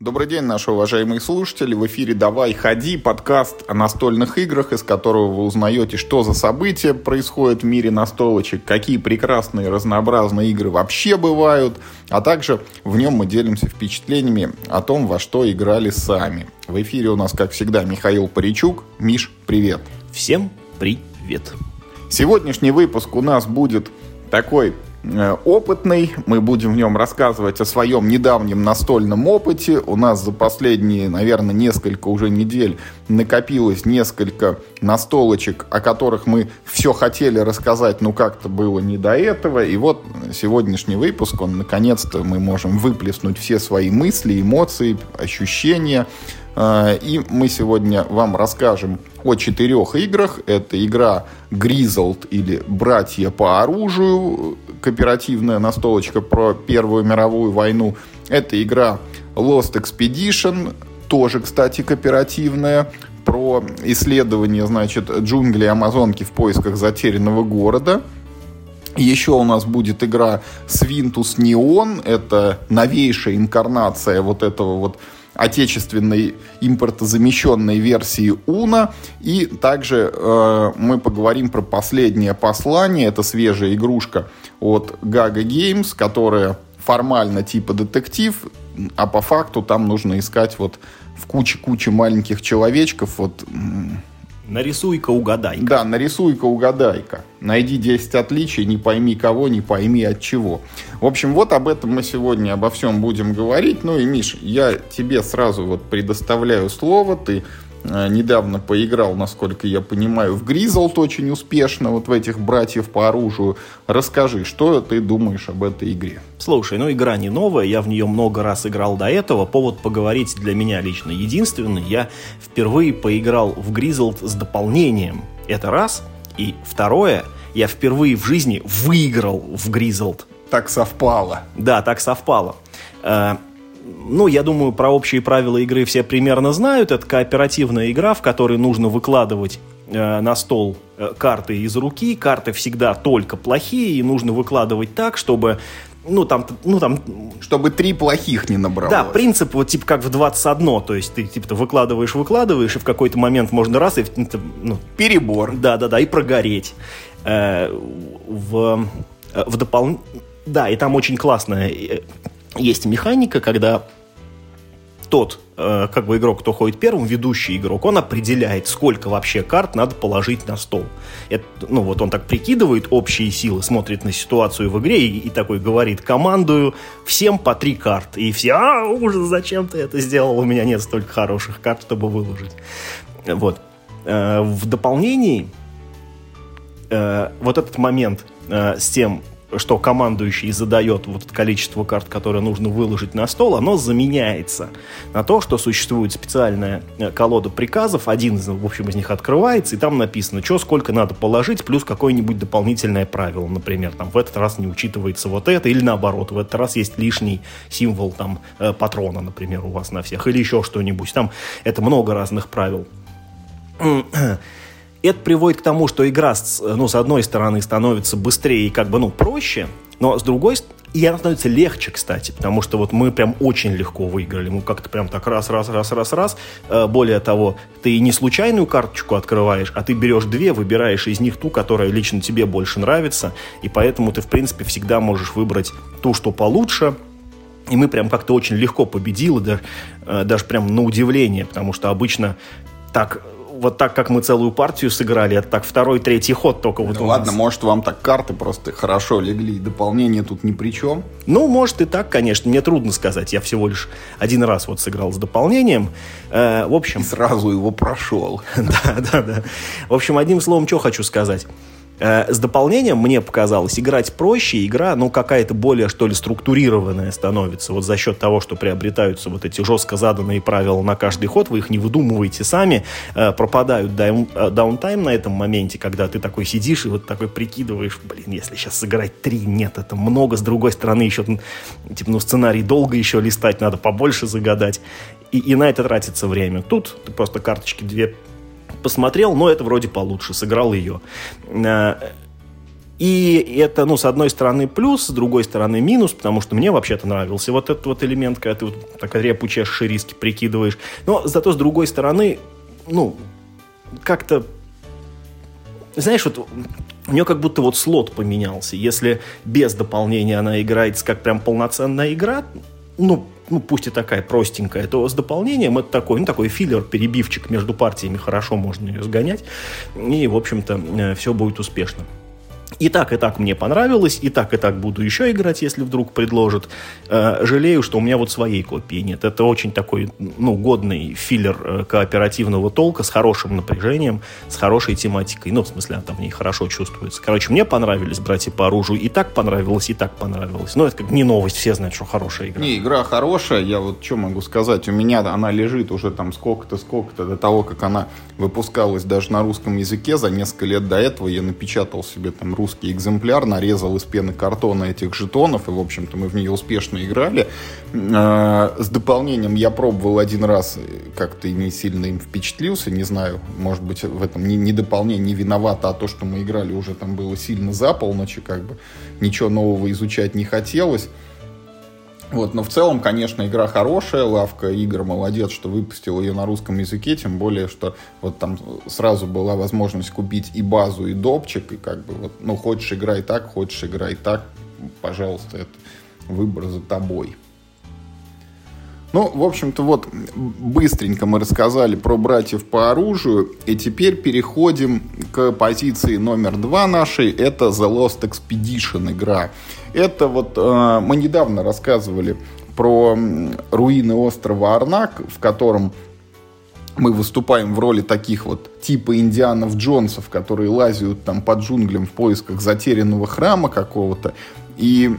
Добрый день, наши уважаемые слушатели. В эфире «Давай, ходи» подкаст о настольных играх, из которого вы узнаете, что за события происходят в мире настолочек, какие прекрасные разнообразные игры вообще бывают, а также в нем мы делимся впечатлениями о том, во что играли сами. В эфире у нас, как всегда, Михаил Паричук. Миш, привет. Всем привет. Сегодняшний выпуск у нас будет такой опытный. Мы будем в нем рассказывать о своем недавнем настольном опыте. У нас за последние, наверное, несколько уже недель накопилось несколько настолочек, о которых мы все хотели рассказать, но как-то было не до этого. И вот сегодняшний выпуск, наконец-то мы можем выплеснуть все свои мысли, эмоции, ощущения. И мы сегодня вам расскажем о 4 играх. Это игра Grizzled или «Братья по оружию», кооперативная настолочка про Первую мировую войну. Это игра Lost Expedition, тоже, кстати, кооперативная, про исследование, джунглей Амазонки в поисках затерянного города. Еще у нас будет игра Свинтус Неон. Это новейшая инкарнация вот этого вот отечественной импортозамещенной версии Уно. И также мы поговорим про «Последнее послание». Это свежая игрушка от Gaga Games, которая формально типа детектив, а по факту там нужно искать вот в куче маленьких человечков вот... Нарисуй-ка угадайка. Да, нарисуй-ка угадайка. Найди 10 отличий, не пойми кого, не пойми от чего. В общем, вот об этом мы сегодня обо всем будем говорить. Ну и, Миш, я тебе сразу вот предоставляю слово. Ты недавно поиграл, насколько я понимаю, в Grizzled очень успешно, вот в этих «Братьев по оружию». Расскажи, что ты думаешь об этой игре? Слушай, игра не новая, я в нее много раз играл до этого. Повод поговорить для меня лично единственный. Я впервые поиграл в Grizzled с дополнением. Это раз. И второе, я впервые в жизни выиграл в Grizzled. Так совпало. Да, так совпало. Я думаю, про общие правила игры все примерно знают. Это кооперативная игра, в которой нужно выкладывать на стол карты из руки. Карты всегда только плохие, и нужно выкладывать так, чтобы... Чтобы 3 плохих не набралось. Да, принцип вот типа как в 21. То есть ты типа выкладываешь, и в какой-то момент можно раз и... Перебор. Да, и прогореть. Да, и там очень классная есть механика, когда тот игрок, кто ходит первым, ведущий игрок, он определяет, сколько вообще карт надо положить на стол. Это, он так прикидывает общие силы, смотрит на ситуацию в игре и такой говорит: командую всем по 3 карты. И все: ужас, зачем ты это сделал? У меня нет столько хороших карт, чтобы выложить. Вот. В дополнении вот этот момент с тем, что командующий задает вот это количество карт, которые нужно выложить на стол, оно заменяется на то, что существует специальная колода приказов. Один из них открывается, и там написано, что сколько надо положить, плюс какое-нибудь дополнительное правило. Например, в этот раз не учитывается вот это, или наоборот, в этот раз есть лишний символ патрона, например, у вас на всех, или еще что-нибудь. Там это много разных правил. Это приводит к тому, что игра, с одной стороны, становится быстрее и проще, но с другой стороны, и она становится легче, кстати, потому что вот мы прям очень легко выиграли. Мы как-то прям так раз. Более того, ты не случайную карточку открываешь, а ты берешь 2, выбираешь из них ту, которая лично тебе больше нравится, и поэтому ты, в принципе, всегда можешь выбрать ту, что получше. И мы прям как-то очень легко победили, даже прям на удивление, потому что обычно так как мы целую партию сыграли, это так 2-й, 3-й ход только вот у нас. Ладно, может, вам так карты просто хорошо легли, дополнение тут ни при чем? Может и так, конечно, мне трудно сказать. Я всего лишь 1 раз сыграл с дополнением. В общем... И сразу его прошел. Да. В общем, одним словом, что хочу сказать. С дополнением мне показалось играть проще, игра, какая-то более, что ли, структурированная становится. Вот за счет того, что приобретаются вот эти жестко заданные правила на каждый ход, вы их не выдумываете сами, пропадают даунтайм на этом моменте, когда ты такой сидишь и вот такой прикидываешь, если сейчас сыграть 3, нет, это много, с другой стороны еще, сценарий долго еще листать, надо побольше загадать, и на это тратится время. Тут ты просто карточки 2 посмотрел, но это вроде получше, сыграл ее. И это, ну, с одной стороны плюс, с другой стороны минус, потому что мне вообще-то нравился вот этот вот элемент, когда ты вот так репу чешешь и риски прикидываешь. Но зато с другой стороны, ну, как-то, знаешь, вот у нее как будто вот слот поменялся. Если без дополнения она играется как прям полноценная игра, ну, пусть и такая простенькая, то с дополнением это такой, ну, такой филлер, перебивчик между партиями, хорошо можно ее сгонять, и, в общем-то, все будет успешно. И так мне понравилось, и так буду еще играть, если вдруг предложат. Жалею, что у меня вот своей копии нет. Это очень такой, ну, годный филлер кооперативного толка с хорошим напряжением, с хорошей тематикой. Ну, в смысле, она там в ней хорошо чувствуется. Короче, мне понравились «Братья по оружию», и так понравилось, и так понравилось. Но это как не новость, все знают, что хорошая игра. Не, игра хорошая, я вот что могу сказать. У меня она лежит уже там сколько-то до того, как она выпускалась даже на русском языке. За несколько лет до этого я напечатал себе там русский экземпляр, нарезал из пенокартона этих жетонов, и, в общем-то, мы в нее успешно играли. С дополнением я пробовал один раз, как-то и не сильно им впечатлился, не знаю, может быть, в этом не дополнение не виновато, а то, что мы играли уже там было сильно за полночь, и как бы ничего нового изучать не хотелось. Вот, но в целом, конечно, игра хорошая, лавка игр молодец, что выпустила ее на русском языке, тем более, что вот там сразу была возможность купить и базу, и допчик, и как бы вот, ну, хочешь играй так, пожалуйста, это выбор за тобой. Ну, в общем-то, вот быстренько мы рассказали про «Братьев по оружию», и теперь переходим к позиции номер 2 нашей, это The Lost Expedition игра. Это вот мы недавно рассказывали про руины острова Арнак, в котором мы выступаем в роли таких вот типа Индианов Джонсов, которые лазят там по джунглям в поисках затерянного храма какого-то. И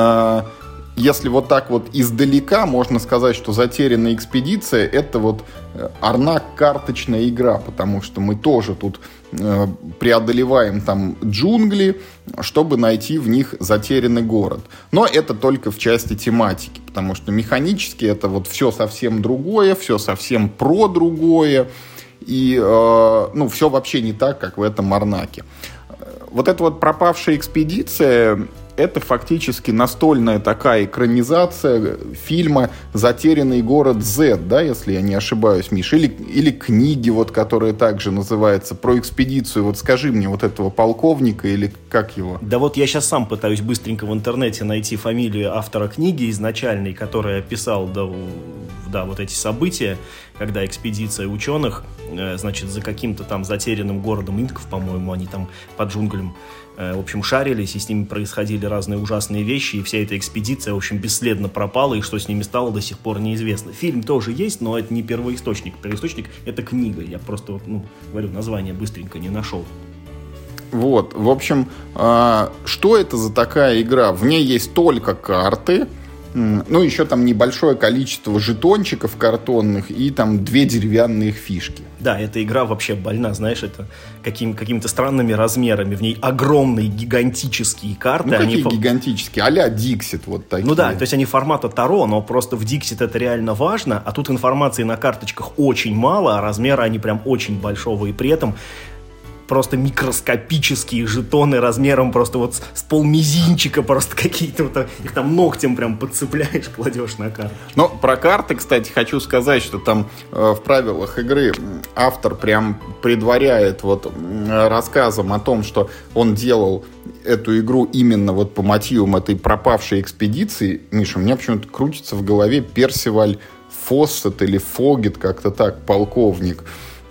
если вот так вот издалека можно сказать, что «Затерянная экспедиция» — это вот Арнак карточная игра, потому что мы тоже тут преодолеваем там джунгли, чтобы найти в них затерянный город. Но это только в части тематики, потому что механически это вот все совсем другое, все совсем про другое, и ну, все вообще не так, как в этом Арнаке. Вот эта вот пропавшая экспедиция — это фактически настольная такая экранизация фильма «Затерянный город Z», да, если я не ошибаюсь, Миш, или книги, вот, которая также называется, про экспедицию. Вот скажи мне, вот этого полковника или как его? Да вот я сейчас сам пытаюсь быстренько в интернете найти фамилию автора книги изначальной, который описал, да, вот эти события, когда экспедиция ученых, значит, за каким-то там затерянным городом инков, по-моему, они там под джунглям, в общем, шарились, и с ними происходили разные ужасные вещи, и вся эта экспедиция, в общем, бесследно пропала, и что с ними стало, до сих пор неизвестно. Фильм тоже есть, но это не первоисточник. Первоисточник — это книга. Я просто, вот, говорю, название быстренько не нашел. Вот, в общем, что это за такая игра? В ней есть только карты, ну, еще там небольшое количество жетончиков картонных и там 2 деревянные фишки. Да, эта игра вообще больна, знаешь, это какими-то странными размерами. В ней огромные гигантические карты. Ну, какие гигантические? А-ля Dixit вот такие. Ну да, то есть они формата Таро, но просто в Dixit это реально важно, а тут информации на карточках очень мало, а размеры они прям очень большого, и при этом просто микроскопические жетоны размером просто вот с полмизинчика, просто какие-то вот, их там ногтем прям подцепляешь, кладешь на карту. Но про карты, кстати, хочу сказать, что там в правилах игры автор прям предваряет вот рассказом о том, что он делал эту игру именно вот по мотивам этой пропавшей экспедиции. Миша, у меня почему-то крутится в голове Персиваль Фоссет или Фогет, как-то так, полковник.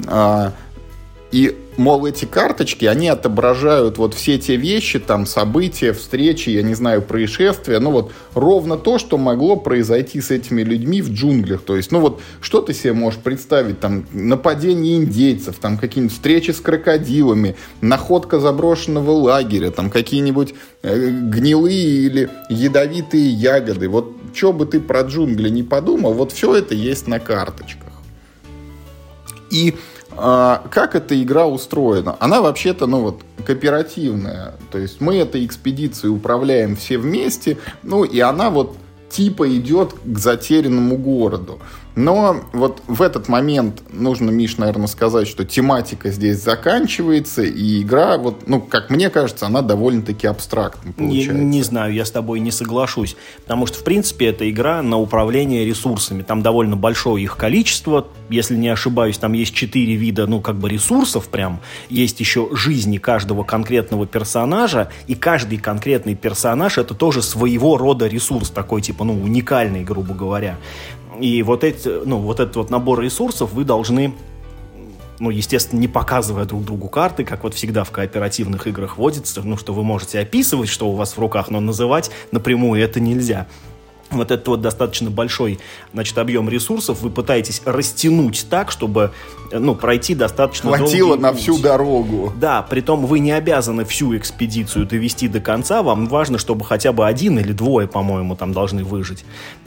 И, мол, эти карточки, они отображают вот все те вещи, там, события, встречи, я не знаю, происшествия, ну вот ровно то, что могло произойти с этими людьми в джунглях. То есть, ну вот, что ты себе можешь представить, там, нападение индейцев, там, какие-нибудь встречи с крокодилами, находка заброшенного лагеря, там, какие-нибудь гнилые или ядовитые ягоды. Вот, что бы ты про джунгли не подумал, вот все это есть на карточках. И как эта игра устроена? Она вообще-то, ну вот, кооперативная. То есть мы этой экспедицией управляем все вместе. Ну и она вот типа идет к затерянному городу. Но вот в этот момент нужно, Миш, наверное, сказать, что тематика здесь заканчивается, и игра, вот, ну, как мне кажется, она довольно-таки абстрактна получается. Не знаю, я с тобой не соглашусь, потому что, в принципе, это игра на управление ресурсами. Там довольно большое их количество, если не ошибаюсь, там есть 4 вида, ну, как бы ресурсов прям. Есть еще жизни каждого конкретного персонажа, и каждый конкретный персонаж — это тоже своего рода ресурс, такой, типа, ну, уникальный, грубо говоря. И вот этот вот набор ресурсов вы должны, ну, естественно, не показывая друг другу карты, как вот всегда в кооперативных играх водится, ну, что вы можете описывать, что у вас в руках, но называть напрямую это нельзя. Вот этот вот достаточно большой, значит, объем ресурсов вы пытаетесь растянуть так, чтобы, ну, пройти достаточно долгий путь. Хватило на всю дорогу. Да, притом вы не обязаны всю экспедицию довести до конца, вам важно, чтобы хотя бы 1 или 2, по-моему, там должны выжить,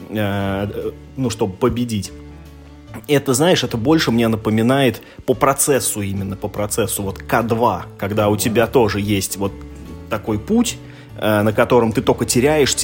ну, чтобы победить. Это, знаешь, это больше мне напоминает по процессу именно, по процессу вот К2, когда у тебя тоже есть вот такой путь, на котором ты только теряешь,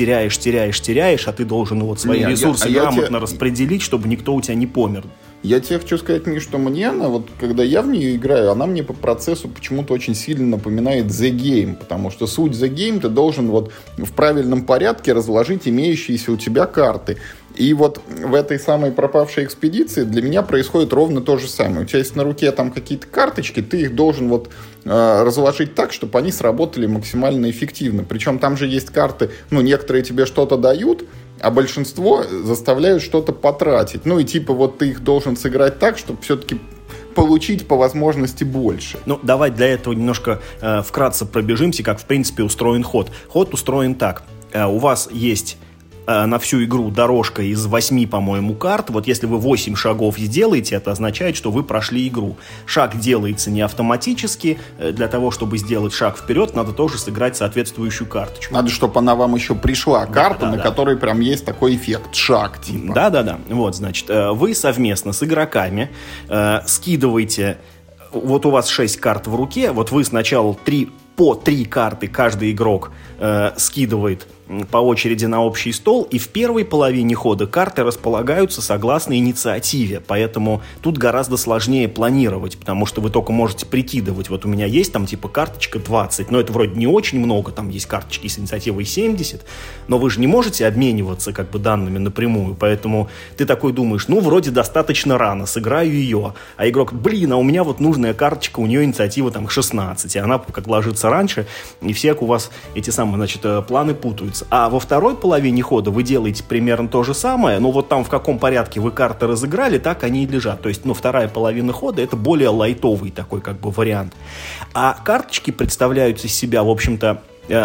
а ты должен вот свои ресурсы грамотно распределить, чтобы никто у тебя не помер. Я тебе хочу сказать, Миш, что мне она, вот когда я в нее играю, она мне по процессу почему-то очень сильно напоминает The Game, потому что суть The Game, ты должен вот в правильном порядке разложить имеющиеся у тебя карты. И вот в этой самой пропавшей экспедиции для меня происходит ровно то же самое. У тебя есть на руке там какие-то карточки, ты их должен вот разложить так, чтобы они сработали максимально эффективно. Причем там же есть карты, ну, некоторые тебе что-то дают, а большинство заставляют что-то потратить. Ну и типа вот ты их должен сыграть так, чтобы все-таки получить по возможности больше. Ну, давай для этого немножко вкратце пробежимся, как в принципе устроен ход. Ход устроен так. У вас есть на всю игру дорожка из 8, по-моему, карт. Вот если вы 8 шагов сделаете, это означает, что вы прошли игру. Шаг делается не автоматически. Для того, чтобы сделать шаг вперед, надо тоже сыграть соответствующую карточку. Надо, чтобы она вам еще пришла, карта, на которой прям есть такой эффект, шаг типа. Да-да-да. Вот, значит, вы совместно с игроками скидываете... Вот у вас 6 карт в руке, вот вы сначала по 3 карты каждый игрок скидывает по очереди на общий стол, и в первой половине хода карты располагаются согласно инициативе, поэтому тут гораздо сложнее планировать, потому что вы только можете прикидывать, вот у меня есть там типа карточка 20, но это вроде не очень много, там есть карточки с инициативой 70, но вы же не можете обмениваться как бы данными напрямую, поэтому ты такой думаешь, ну вроде достаточно рано, сыграю ее, а игрок, блин, а у меня вот нужная карточка, у нее инициатива там 16, и она как ложится раньше, и все у вас эти самые, значит, планы путаются. А во второй половине хода вы делаете примерно то же самое, но вот там в каком порядке вы карты разыграли, так они и лежат. То есть, ну, вторая половина хода — это более лайтовый такой как бы вариант. А карточки представляют из себя, в общем-то,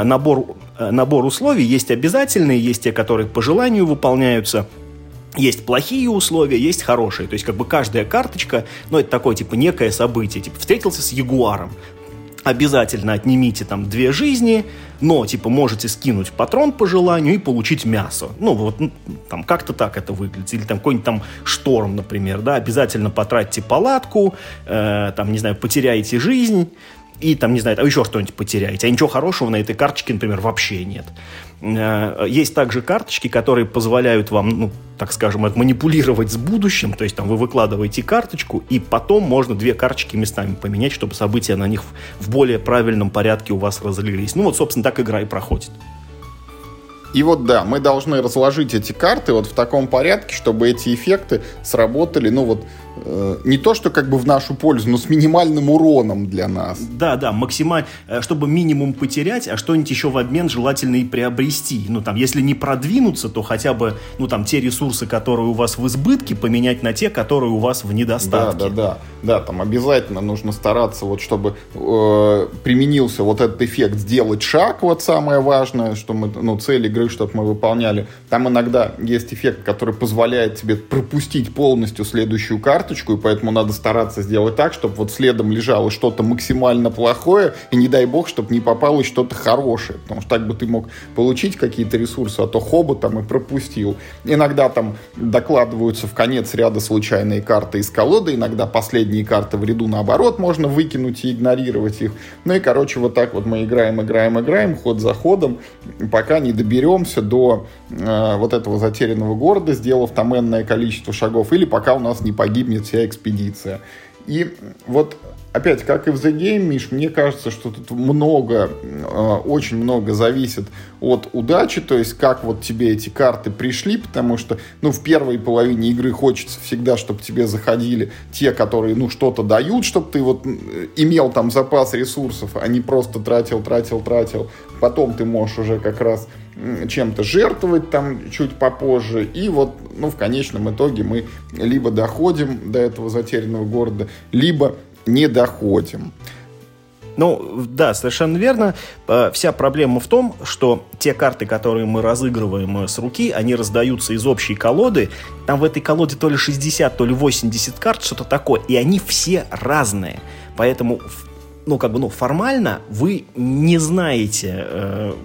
набор условий. Есть обязательные, есть те, которые по желанию выполняются. Есть плохие условия, есть хорошие. То есть, как бы каждая карточка, ну, это такое, типа, некое событие. Типа, встретился с ягуаром. Обязательно отнимите там 2 жизни, но, типа, можете скинуть патрон по желанию и получить мясо. Ну, вот, там, как-то так это выглядит. Или там какой-нибудь там шторм, например, да, обязательно потратьте палатку, там, не знаю, потеряете жизнь, и там, не знаю, там еще что-нибудь потеряете. А ничего хорошего на этой карточке, например, вообще нет. Есть также карточки, которые позволяют вам, ну, так скажем, манипулировать с будущим. То есть там вы выкладываете карточку, и потом можно 2 карточки местами поменять, чтобы события на них в более правильном порядке у вас разлились. Ну вот, собственно, так игра и проходит. И вот да, мы должны разложить эти карты вот в таком порядке, чтобы эти эффекты сработали, ну вот, не то, что как бы в нашу пользу, но с минимальным уроном для нас. Да, максимально, чтобы минимум потерять, а что-нибудь еще в обмен желательно и приобрести. Ну, там, если не продвинуться, то хотя бы, ну, там, те ресурсы, которые у вас в избытке, поменять на те, которые у вас в недостатке. Да, там обязательно нужно стараться, вот, чтобы применился вот этот эффект сделать шаг, вот самое важное, что мы, ну, цель игры, чтобы мы выполняли. Там иногда есть эффект, который позволяет тебе пропустить полностью следующую карточку, и поэтому надо стараться сделать так, чтобы вот следом лежало что-то максимально плохое, и не дай бог, чтобы не попалось что-то хорошее, потому что так бы ты мог получить какие-то ресурсы, а то хоба там и пропустил. Иногда там докладываются в конец ряда случайные карты из колоды, иногда последние карты в ряду наоборот можно выкинуть и игнорировать их. Ну и, короче, вот так вот мы играем, ход за ходом, пока не доберемся доберемся до вот этого затерянного города, сделав там энное количество шагов, или пока у нас не погибнет вся экспедиция. И вот опять, как и в The Game, Миш, мне кажется, что тут очень много зависит от удачи, то есть как вот тебе эти карты пришли, потому что, в первой половине игры хочется всегда, чтобы тебе заходили те, которые, что-то дают, чтобы ты вот имел там запас ресурсов, а не просто тратил. Потом ты можешь уже как раз чем-то жертвовать там чуть попозже, и вот, в конечном итоге мы либо доходим до этого затерянного города, либо не доходим. Да, совершенно верно. Вся проблема в том, что те карты, которые мы разыгрываем с руки, они раздаются из общей колоды. Там в этой колоде то ли 60, то ли 80 карт, что-то такое. И они все разные. Поэтому, формально вы не знаете,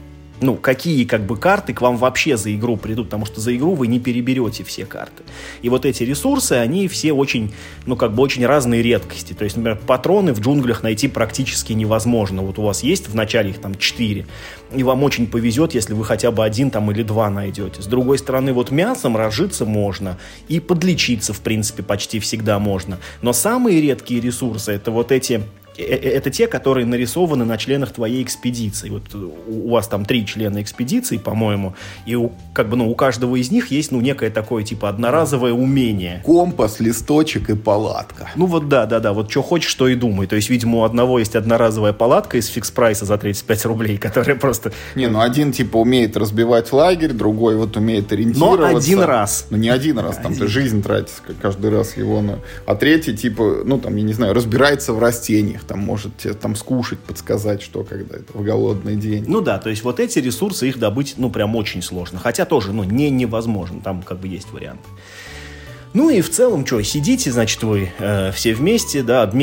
какие карты к вам вообще за игру придут, потому что за игру вы не переберете все карты. И вот эти ресурсы, они все очень, очень разные редкости. То есть, например, патроны в джунглях найти практически невозможно. Вот у вас есть в начале их там 4, и вам очень повезет, если вы хотя бы 1 или 2 найдете. С другой стороны, вот мясом разжиться можно, и подлечиться, в принципе, почти всегда можно. Но самые редкие ресурсы, это вот эти... Это те, которые нарисованы на членах твоей экспедиции. Вот у вас там 3 члена экспедиции, по-моему, и у каждого из них есть, некое такое, типа, одноразовое умение. Компас, листочек и палатка. Да, вот что хочешь, то и думай. То есть, видимо, у одного есть одноразовая палатка из фикс-прайса за 35 рублей, которая просто... один, типа, умеет разбивать лагерь, другой вот умеет ориентироваться. Но один раз. Не один раз, там ты жизнь тратишь каждый раз его на... А третий, типа, я не знаю, разбирается в растениях. Там может тебе там скушать, подсказать, что когда это в голодный день. То есть вот эти ресурсы, их добыть, прям очень сложно. Хотя тоже, не невозможно, там есть варианты. И в целом, сидите, значит, вы все вместе,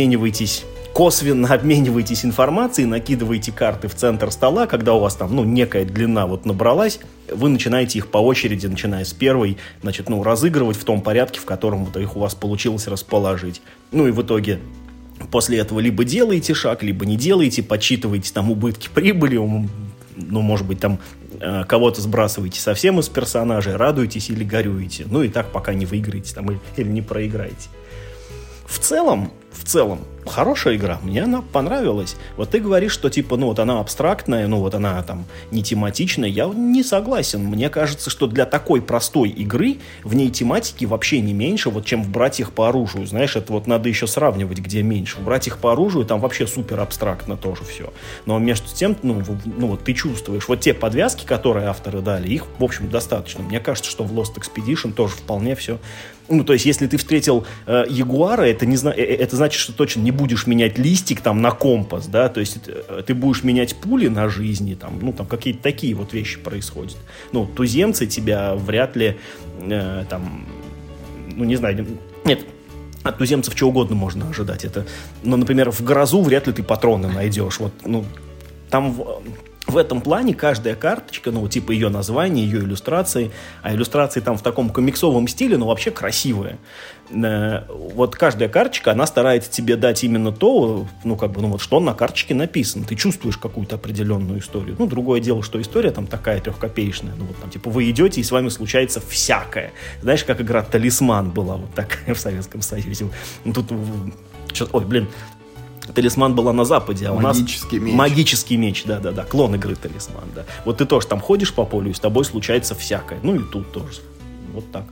косвенно обмениваетесь информацией, накидываете карты в центр стола, когда у вас там, некая длина набралась, вы начинаете их по очереди, начиная с первой, разыгрывать в том порядке, в котором их у вас получилось расположить. И в итоге после этого либо делаете шаг, либо не делаете, подсчитываете там убытки прибыли, может быть, там кого-то сбрасываете совсем из персонажей, радуетесь или горюете. И так пока не выиграете там или не проиграете. В целом, хорошая игра, мне она понравилась. Вот ты говоришь, что типа, она абстрактная, она там не тематичная. Я не согласен. Мне кажется, что для такой простой игры в ней тематики вообще не меньше, чем в «Братьях по оружию». Знаешь, это надо еще сравнивать, где меньше. В «Братьях по оружию» там вообще супер абстрактно тоже все. Но между тем, ты чувствуешь, вот те подвязки, которые авторы дали, их, в общем, достаточно. Мне кажется, что в Lost Expedition тоже вполне все. То есть, если ты встретил ягуара, это значит, что точно не будешь менять листик там на компас, да, то есть ты будешь менять пули на жизни, там какие-то такие вот вещи происходят. Туземцы тебя вряд ли, не знаю, нет, от туземцев чего угодно можно ожидать. Это, например, в грозу вряд ли ты патроны найдешь, там... В этом плане каждая карточка, типа ее название, ее иллюстрации, а иллюстрации там в таком комиксовом стиле, вообще красивые. Вот каждая карточка, она старается тебе дать именно то, что на карточке написано. Ты чувствуешь какую-то определенную историю. Другое дело, что история там такая трехкопеечная. Вы идете, и с вами случается всякое. Знаешь, как игра «Талисман» была вот такая в Советском Союзе. «Талисман» была на Западе, а у нас магический меч, да, клон игры «Талисман», да. Вот ты тоже там ходишь по полю, и с тобой случается всякое. И тут тоже. Вот так.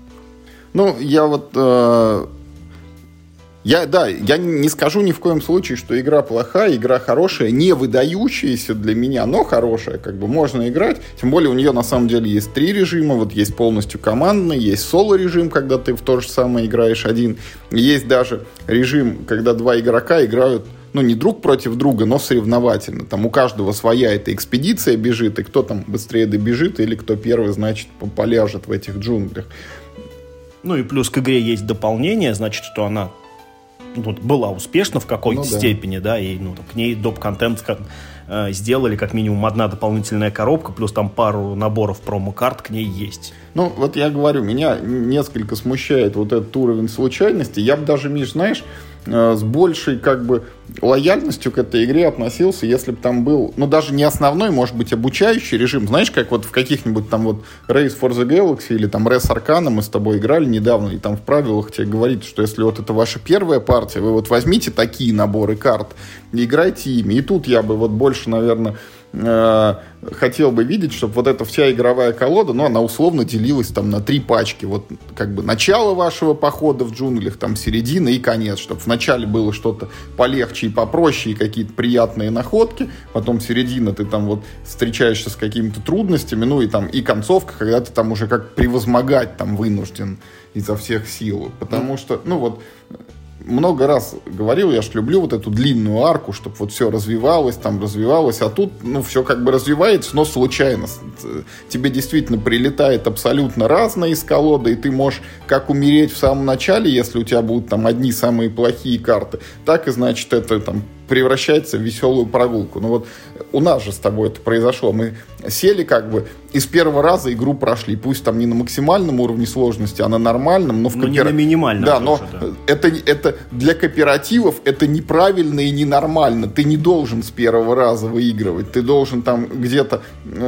Я не скажу ни в коем случае, что игра плохая, игра хорошая, не выдающаяся для меня, но хорошая, можно играть. Тем более у нее на самом деле есть 3 режима, есть полностью командный, есть соло-режим, когда ты в то же самое играешь один. Есть даже режим, когда 2 игрока играют не друг против друга, но соревновательно. Там у каждого своя эта экспедиция бежит, и кто там быстрее добежит, или кто первый, значит, поляжет в этих джунглях. И плюс к игре есть дополнение, значит, что она была успешна в какой-то степени, да, и к ней доп-контент сделали, как минимум 1 дополнительная коробка, плюс там пару наборов промо-карт к ней есть. Я говорю, меня несколько смущает вот этот уровень случайности. Я бы даже, Миш, знаешь, с большей, как бы, лояльностью к этой игре относился, если бы там был, ну, даже не основной, может быть, обучающий режим. Знаешь, как вот в каких-нибудь там вот Race for the Galaxy или там Res Arcana мы с тобой играли недавно, и там в правилах тебе говорит, что если вот это ваша первая партия, вы вот возьмите такие наборы карт и играйте ими. И тут я бы вот больше, наверное, хотел бы видеть, чтобы вот эта вся игровая колода, ну, она условно делилась там на 3 пачки. Вот как бы начало вашего похода в джунглях, там середина и конец. Чтобы в начале было что-то полегче и попроще, и какие-то приятные находки. Потом середина, ты там вот встречаешься с какими-то трудностями, ну, и там и концовка, когда ты там уже как превозмогать там вынужден изо всех сил. Потому что, ну, вот много раз говорил, я ж люблю вот эту длинную арку, чтобы вот все развивалось, а тут, ну, все как бы развивается, но случайно. Тебе действительно прилетает абсолютно разное из колоды, и ты можешь как умереть в самом начале, если у тебя будут там одни самые плохие карты, так и, значит, это там превращается в веселую прогулку. Ну вот у нас же с тобой это произошло. Мы сели как бы и с первого раза игру прошли. Пусть там не на максимальном уровне сложности, а на нормальном, но в не на минимальном. Да, но это для кооперативов это неправильно и ненормально. Ты не должен с первого раза выигрывать. Ты должен там где-то...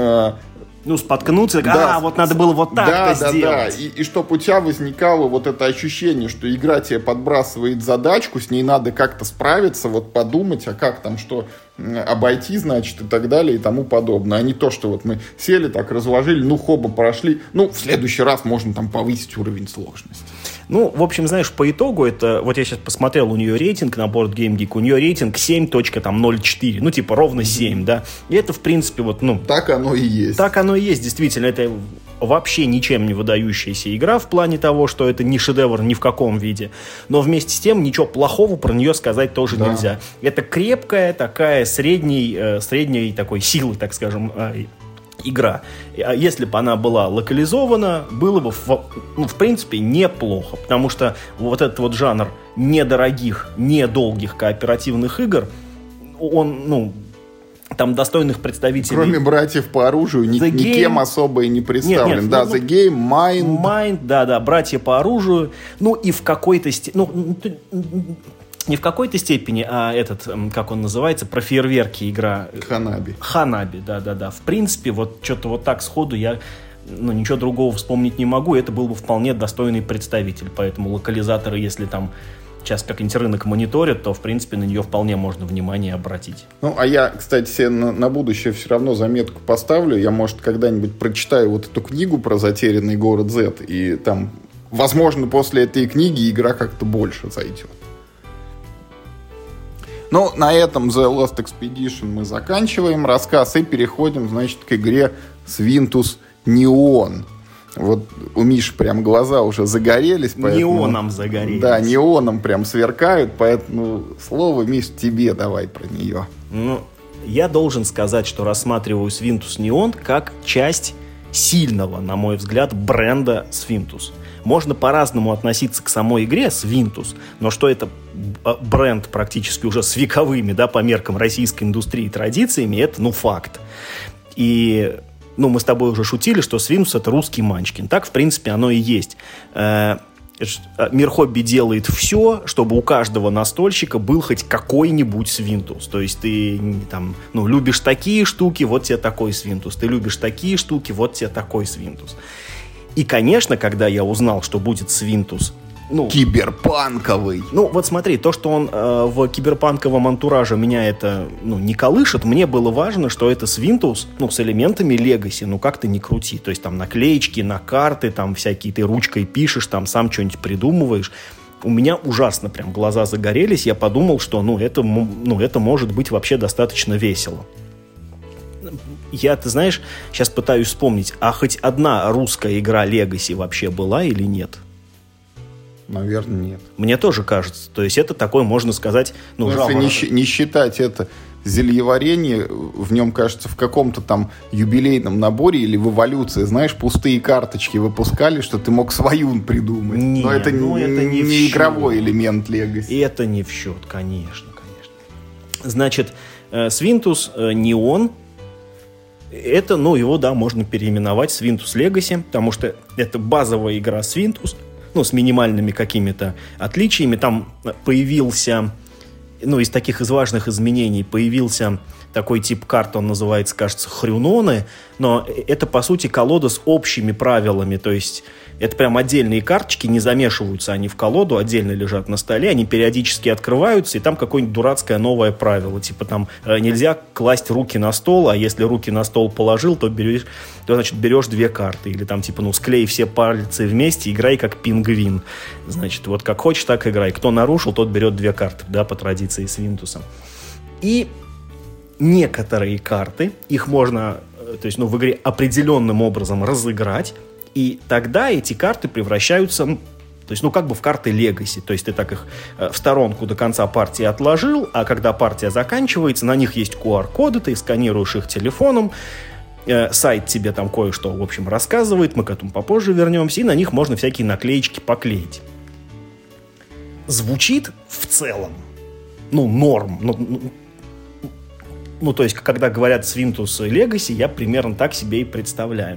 споткнуться, вот надо было вот так-то сделать. Да. И чтобы у тебя возникало вот это ощущение, что игра тебе подбрасывает задачку, с ней надо как-то справиться, вот подумать, а как там, что обойти, значит, и так далее, и тому подобное. А не то, что вот мы сели, так разложили, хоба прошли, в следующий раз можно там повысить уровень сложности. В общем, знаешь, по итогу это... Вот я сейчас посмотрел у нее рейтинг на Board Game Geek. У нее рейтинг 7.04. Ровно 7, да. И это, в принципе, Так оно и есть. Так оно и есть, действительно. Это вообще ничем не выдающаяся игра в плане того, что это не шедевр ни в каком виде. Но вместе с тем ничего плохого про нее сказать тоже нельзя. Это крепкая такая средней такой силы, так скажем, игра. Если бы она была локализована, было бы, в принципе, неплохо. Потому что вот этот вот жанр недорогих, недолгих кооперативных игр, он, там достойных представителей... Кроме братьев по оружию, никем особо и не представлен. Нет, The Game, Mind. Mind, да, братья по оружию. И в какой-то степени... Не в какой-то степени, а как он называется, про фейерверки игра. Ханаби, да. В принципе, вот что-то вот так сходу я ничего другого вспомнить не могу. Это был бы вполне достойный представитель. Поэтому локализаторы, если там сейчас как-нибудь рынок мониторят, то, в принципе, на нее вполне можно внимание обратить. А я, кстати, себе на будущее все равно заметку поставлю. Я, может, когда-нибудь прочитаю вот эту книгу про затерянный город Z. И там, возможно, после этой книги игра как-то больше зайдет. На этом The Lost Expedition мы заканчиваем рассказ и переходим, значит, к игре Свинтус Неон. Вот у Миши прям глаза уже загорелись. Поэтому, неоном загорелись. Да, неоном прям сверкают, поэтому слово, Миш, тебе давай про нее. Я должен сказать, что рассматриваю Свинтус Неон как часть сильного, на мой взгляд, бренда Свинтус. Можно по-разному относиться к самой игре Свинтус, но что это бренд практически уже с вековыми, по меркам российской индустрии традициями, это, факт. И, мы с тобой уже шутили, что Свинтус — это русский Манчкин. Так, в принципе, оно и есть. Мир Хобби делает все, чтобы у каждого настольщика был хоть какой-нибудь Свинтус. То есть ты там, любишь такие штуки, вот тебе такой Свинтус. Ты любишь такие штуки, вот тебе такой Свинтус. И, конечно, когда я узнал, что будет Свинтус... киберпанковый. Вот смотри, то, что он в киберпанковом антураже меня это, не колышет, мне было важно, что это Свинтус, с элементами Легаси, как ты ни крути. То есть там наклеечки на карты, там всякие ты ручкой пишешь, там сам что-нибудь придумываешь. У меня ужасно прям глаза загорелись, я подумал, что, это может быть вообще достаточно весело. Я, ты знаешь, сейчас пытаюсь вспомнить, а хоть одна русская игра Legacy вообще была или нет? Наверное, нет. Мне тоже кажется. То есть это такое, можно сказать, если не считать это зельеварение, в нем, кажется, в каком-то там юбилейном наборе или в эволюции, знаешь, пустые карточки выпускали, что ты мог свою придумать. Нет, но это не игровой элемент Legacy. И это не в счет, конечно. Значит, Свинтус Неон, это, его, можно переименовать Свинтус Legacy, потому что это базовая игра Свинтус, ну, с минимальными какими-то отличиями. Там появился, ну, из таких из важных изменений появился такой тип карт, он называется, кажется, хрюноны, но это, по сути, колода с общими правилами, то есть это прям отдельные карточки, не замешиваются они в колоду, отдельно лежат на столе, они периодически открываются, и там какое-нибудь дурацкое новое правило, типа там нельзя класть руки на стол, а если руки на стол положил, то значит, берешь 2 карты, или там типа, ну, склей все пальцы вместе, играй как пингвин, значит, вот как хочешь, так играй, кто нарушил, тот берет 2 карты, да, по традиции Свинтуса. И некоторые карты, их можно, то есть, ну, в игре определенным образом разыграть, и тогда эти карты превращаются, ну, то есть, ну, как бы в карты Legacy. То есть ты так их в сторонку до конца партии отложил, а когда партия заканчивается, на них есть QR-коды, ты сканируешь их телефоном, сайт тебе там кое-что, в общем, рассказывает, мы к этому попозже вернемся, и на них можно всякие наклеечки поклеить. Звучит в целом, ну, норм, ну, то есть, когда говорят Свинтус и Legacy, я примерно так себе и представляю.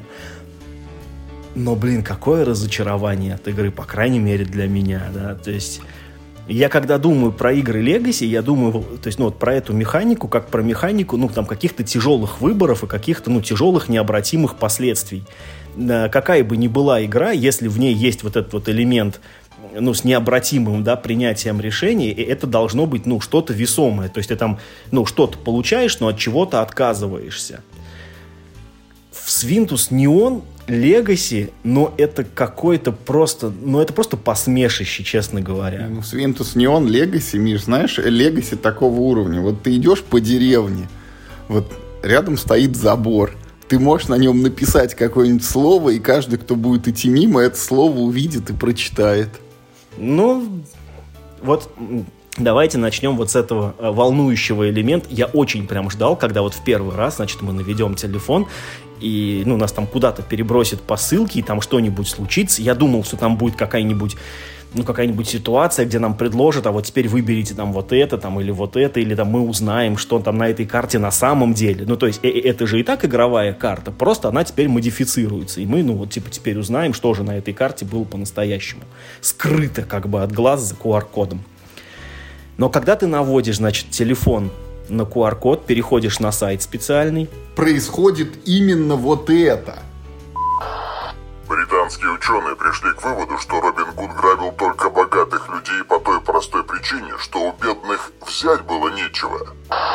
Но, блин, какое разочарование от игры, по крайней мере, для меня, да, то есть, я когда думаю про игры Legacy, я думаю, то есть, ну, вот про эту механику, как про механику, ну, там, каких-то тяжелых выборов и каких-то, ну, тяжелых необратимых последствий. Какая бы ни была игра, если в ней есть вот этот вот элемент, ну, с необратимым, да, принятием решений, это должно быть, ну, что-то весомое. То есть ты там, ну, что-то получаешь, но от чего-то отказываешься. В Свинтус Неон Legacy, но это какое-то просто, ну, это просто посмешище, честно говоря. Ну, Свинтус Неон Legacy, Миш, знаешь, Legacy такого уровня. Вот ты идешь по деревне, вот рядом стоит забор, ты можешь на нем написать какое-нибудь слово, и каждый, кто будет идти мимо, это слово увидит и прочитает. Ну, вот давайте начнем вот с этого волнующего элемента. Я очень прям ждал, когда вот в первый раз, значит, мы наведем телефон, и, ну, нас там куда-то перебросит по ссылке, и там что-нибудь случится. Я думал, что там будет какая-нибудь ситуация, где нам предложат, а вот теперь выберите там вот это, там, или там мы узнаем, что там на этой карте на самом деле. Ну, то есть, это же и так игровая карта, просто она теперь модифицируется, и мы, ну, вот, типа, теперь узнаем, что же на этой карте было по-настоящему. Скрыто, как бы, от глаз за QR-кодом. Но когда ты наводишь, значит, телефон на QR-код, переходишь на сайт специальный, происходит именно вот это. Британские ученые пришли к выводу, что Робин Гуд грабил только богатых людей по той простой причине, что у бедных взять было нечего.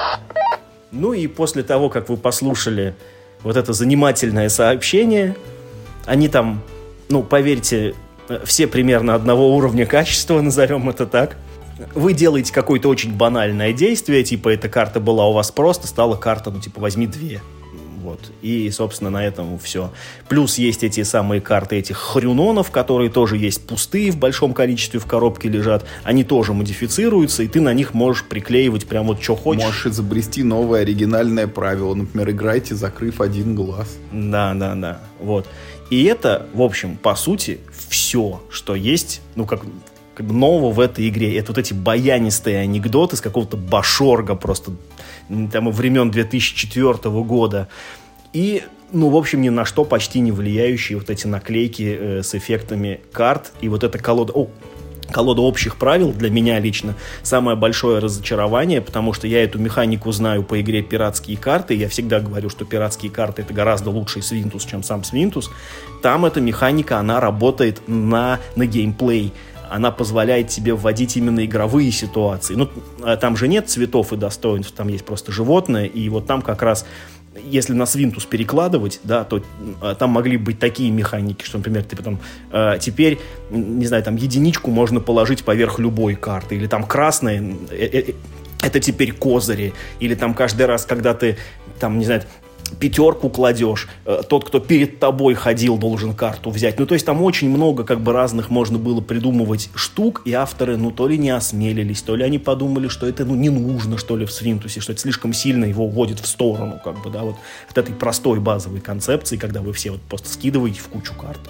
Ну и после того, как вы послушали вот это занимательное сообщение, они там, ну, поверьте, все примерно одного уровня качества, назовем это так. Вы делаете какое-то очень банальное действие, типа, эта карта была у вас просто, стала карта, ну, типа, возьми 2. Вот. И, собственно, на этом все. Плюс есть эти самые карты этих хрюнонов, которые тоже есть пустые в большом количестве в коробке лежат. Они тоже модифицируются, и ты на них можешь приклеивать прям вот что хочешь. Можешь изобрести новое оригинальное правило. Например, играйте, закрыв один глаз. Да. Вот. И это, в общем, по сути, все, что есть, ну, как бы нового в этой игре. Это вот эти баянистые анекдоты с какого-то башорга просто там времен 2004 года. И, ну, в общем, ни на что почти не влияющие вот эти наклейки с эффектами карт. И вот эта колода общих правил для меня лично самое большое разочарование, потому что я эту механику знаю по игре «Пиратские карты». Я всегда говорю, что «Пиратские карты» — это гораздо лучший Свинтус, чем сам Свинтус. Там эта механика, она работает на геймплей. Она позволяет тебе вводить именно игровые ситуации. Ну, там же нет цветов и достоинств, там есть просто животное, и вот там как раз, если на Свинтус перекладывать, да, то там могли быть такие механики, что, например, типа там теперь, не знаю, там единичку можно положить поверх любой карты, или там красное, это теперь козыри, или там каждый раз, когда ты, там, не знаю, 5 кладешь, тот, кто перед тобой ходил, должен карту взять. Ну, то есть там очень много как бы разных можно было придумывать штук, и авторы, ну, то ли не осмелились, то ли они подумали, что это, ну, не нужно, что ли, в Свинтусе, что это слишком сильно его уводит в сторону, как бы, да, вот от этой простой базовой концепции, когда вы все вот просто скидываете в кучу карт.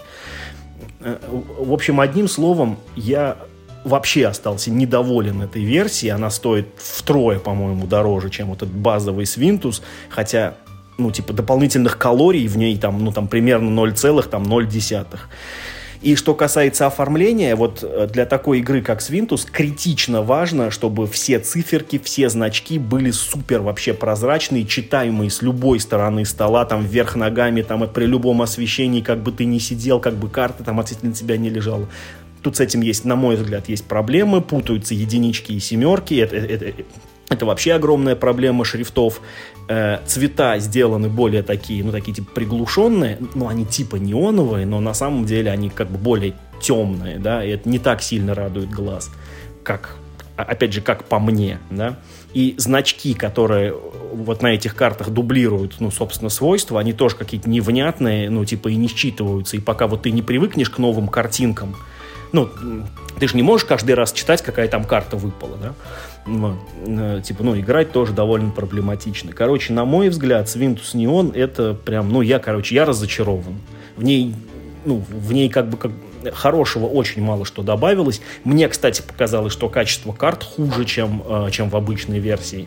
В общем, одним словом, я вообще остался недоволен этой версией. Она стоит втрое, по-моему, дороже, чем вот этот базовый Свинтус, хотя, ну, типа, дополнительных калорий в ней там, ну, там, примерно 0,0. И что касается оформления, вот для такой игры, как Свинтус, критично важно, чтобы все циферки, все значки были супер вообще прозрачные, читаемые с любой стороны стола, там вверх ногами, там при любом освещении, как бы ты ни сидел, как бы карта там относительно тебя не лежала. Тут с этим есть, на мой взгляд, есть проблемы, путаются единички и семерки, это вообще огромная проблема шрифтов. Цвета сделаны более такие, ну, такие типа приглушенные, ну, они типа неоновые, но на самом деле они как бы более темные, да, и это не так сильно радует глаз, как, опять же, как по мне, да. И значки, которые вот на этих картах дублируют, ну, собственно, свойства, они тоже какие-то невнятные, ну, типа и не считываются, и пока вот ты не привыкнешь к новым картинкам, ну, ты же не можешь каждый раз читать, какая там карта выпала, да? Типа, ну, играть тоже довольно проблематично. Короче, на мой взгляд, Свинтус Неон это прям, ну, я разочарован. В ней как бы хорошего очень мало что добавилось. Мне, кстати, показалось, что качество карт хуже, чем в обычной версии.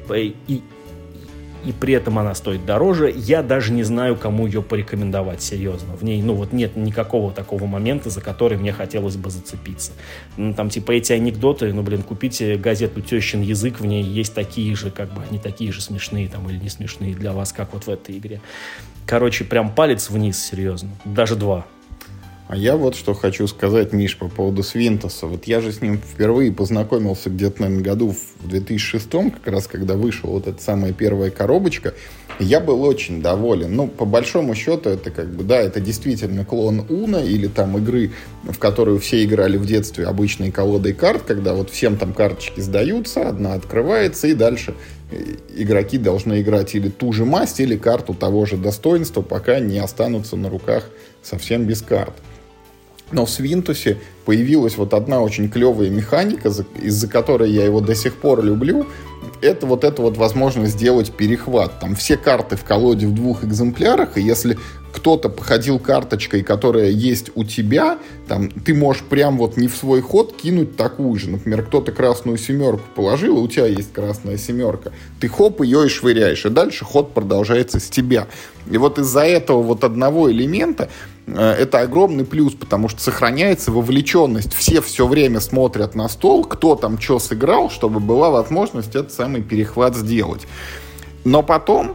И при этом она стоит дороже. Я даже не знаю, кому ее порекомендовать, серьезно. В ней, ну, вот нет никакого такого момента, за который мне хотелось бы зацепиться. Ну, там, типа, эти анекдоты, ну, блин, купите газету «Тещин язык», в ней есть такие же, как бы, они такие же смешные, там, или не смешные для вас, как вот в этой игре. Короче, прям палец вниз, серьезно. Даже 2. А я вот что хочу сказать, Миш, по поводу Свинтуса. Вот я же с ним впервые познакомился где-то, наверное, году в 2006-м, как раз когда вышла вот эта самая первая коробочка. Я был очень доволен. Ну, по большому счету, это как бы, да, это действительно клон Uno или там игры, в которую все играли в детстве обычной колодой карт, когда вот всем там карточки сдаются, одна открывается, и дальше игроки должны играть или ту же масть, или карту того же достоинства, пока не останутся на руках совсем без карт. Но в Свинтусе появилась вот одна очень клевая механика, из-за которой я его до сих пор люблю. Это вот возможность сделать перехват. Там все карты в колоде в 2 экземплярах, и если кто-то походил карточкой, которая есть у тебя, там, ты можешь прям вот не в свой ход кинуть такую же. Например, кто-то красную семерку положил, и у тебя есть красная семерка. Ты хоп, ее и швыряешь, и дальше ход продолжается с тебя. И вот из-за этого вот одного элемента это огромный плюс, потому что сохраняется вовлеченность. Все время смотрят на стол, кто там что сыграл, чтобы была возможность этот самый перехват сделать. Но потом,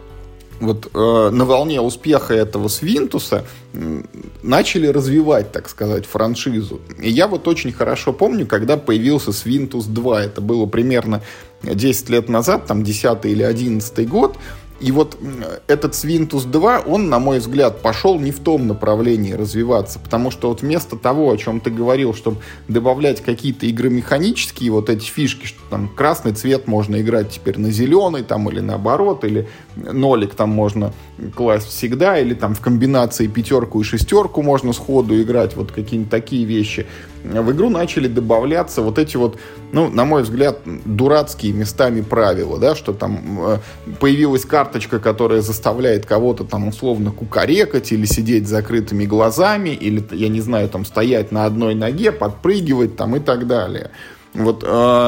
вот на волне успеха этого Свинтуса начали развивать, так сказать, франшизу. И я вот очень хорошо помню, когда появился Свинтус 2. Это было примерно 10 лет назад, там 10 или 11 год. И вот этот Свинтус 2, он, на мой взгляд, пошел не в том направлении развиваться, потому что вот вместо того, о чем ты говорил, чтобы добавлять какие-то игромеханические вот эти фишки, что там красный цвет можно играть теперь на зеленый, там, или наоборот, или нолик там можно класть всегда, или там в комбинации 5 и 6 можно сходу играть, вот какие-нибудь такие вещи. В игру начали добавляться вот эти вот, ну, на мой взгляд, дурацкие местами правила, да, что там появилась карточка, которая заставляет кого-то там условно кукарекать или сидеть с закрытыми глазами, или, я не знаю, там стоять на одной ноге, подпрыгивать там и так далее. Вот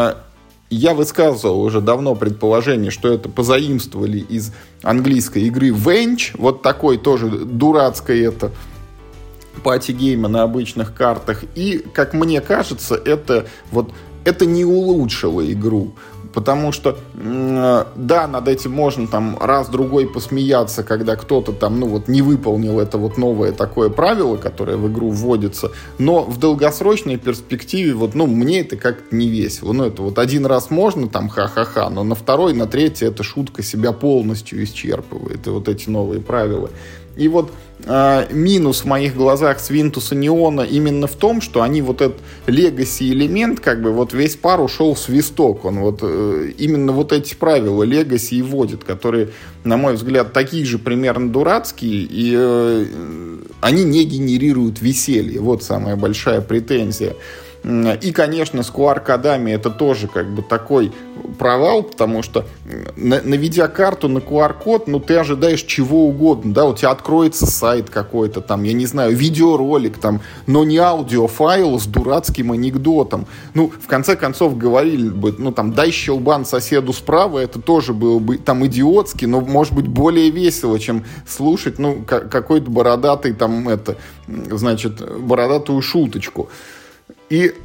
я высказывал уже давно предположение, что это позаимствовали из английской игры Венч, вот такой тоже дурацкой это пати-гейма на обычных картах. И, как мне кажется, это не улучшило игру. Потому что, да, над этим можно там раз-другой посмеяться, когда кто-то там, ну вот, не выполнил это вот новое такое правило, которое в игру вводится, но в долгосрочной перспективе, вот, ну, мне это как-то не весело. Ну, это вот один раз можно там ха-ха-ха, но на второй, на третий эта шутка себя полностью исчерпывает, и вот эти новые правила. И вот минус в моих глазах Свинтуса Неона именно в том, что они вот этот легаси элемент, как бы вот весь пар ушел в свисток. Он вот именно вот эти правила легаси и вводит, которые, на мой взгляд, такие же примерно дурацкие, и они не генерируют веселье. Вот самая большая претензия. И, конечно, с QR-кодами это тоже как бы такой провал, потому что наведя карту на QR-код, ну, ты ожидаешь чего угодно, да, у тебя откроется сайт какой-то там, я не знаю, видеоролик там, но не аудиофайл с дурацким анекдотом. Ну, в конце концов, говорили бы, ну, там, дай щелбан соседу справа, это тоже было бы там идиотски, но, может быть, более весело, чем слушать, ну, какой-то бородатый там, значит, бородатую шуточку. И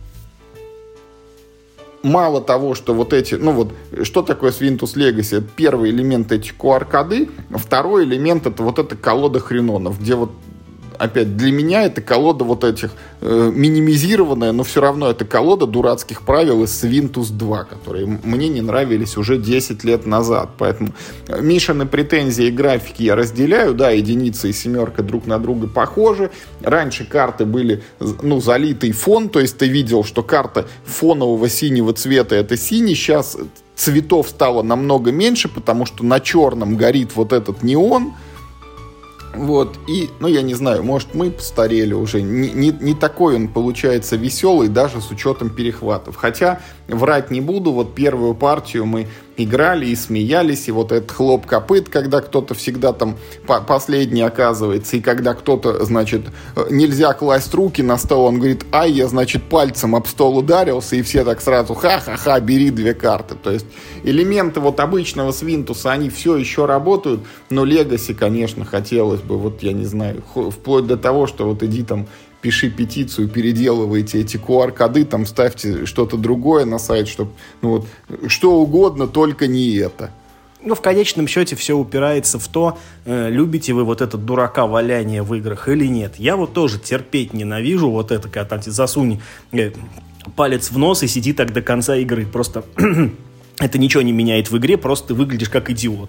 мало того, что вот эти, ну вот, что такое Свинтус Legacy? Первый элемент эти QR-коды, второй элемент это вот эта колода хренонов, где вот опять, для меня это колода вот этих минимизированная, но все равно это колода дурацких правил из Свинтус 2, которые мне не нравились уже 10 лет назад. Поэтому Мишины претензии и графики я разделяю. Да, единица и семерка друг на друга похожи. Раньше карты были, ну, залитый фон, то есть ты видел, что карта фонового синего цвета это синий. Сейчас цветов стало намного меньше, потому что на черном горит вот этот неон. Вот, и, ну, я не знаю, может, мы постарели уже. Не такой он получается веселый, даже с учетом перехватов. Хотя, врать не буду, вот первую партию мы играли и смеялись, и вот этот хлоп копыт, когда кто-то всегда там последний оказывается, и когда кто-то, значит, нельзя класть руки на стол, он говорит, ай, я, значит, пальцем об стол ударился, и все так сразу, ха-ха-ха, бери 2 карты. То есть элементы вот обычного Свинтуса, они все еще работают, но Legacy, конечно, хотелось бы, вот, я не знаю, вплоть до того, что вот иди там, пиши петицию, переделывайте эти QR-коды, там ставьте что-то другое на сайт, чтобы, ну вот, что угодно, только не это. Ну, в конечном счете все упирается в то, любите вы вот это дурака валяние в играх или нет. Я вот тоже терпеть ненавижу вот это, когда там засунь палец в нос и сиди так до конца игры. Просто это ничего не меняет в игре, просто ты выглядишь как идиот.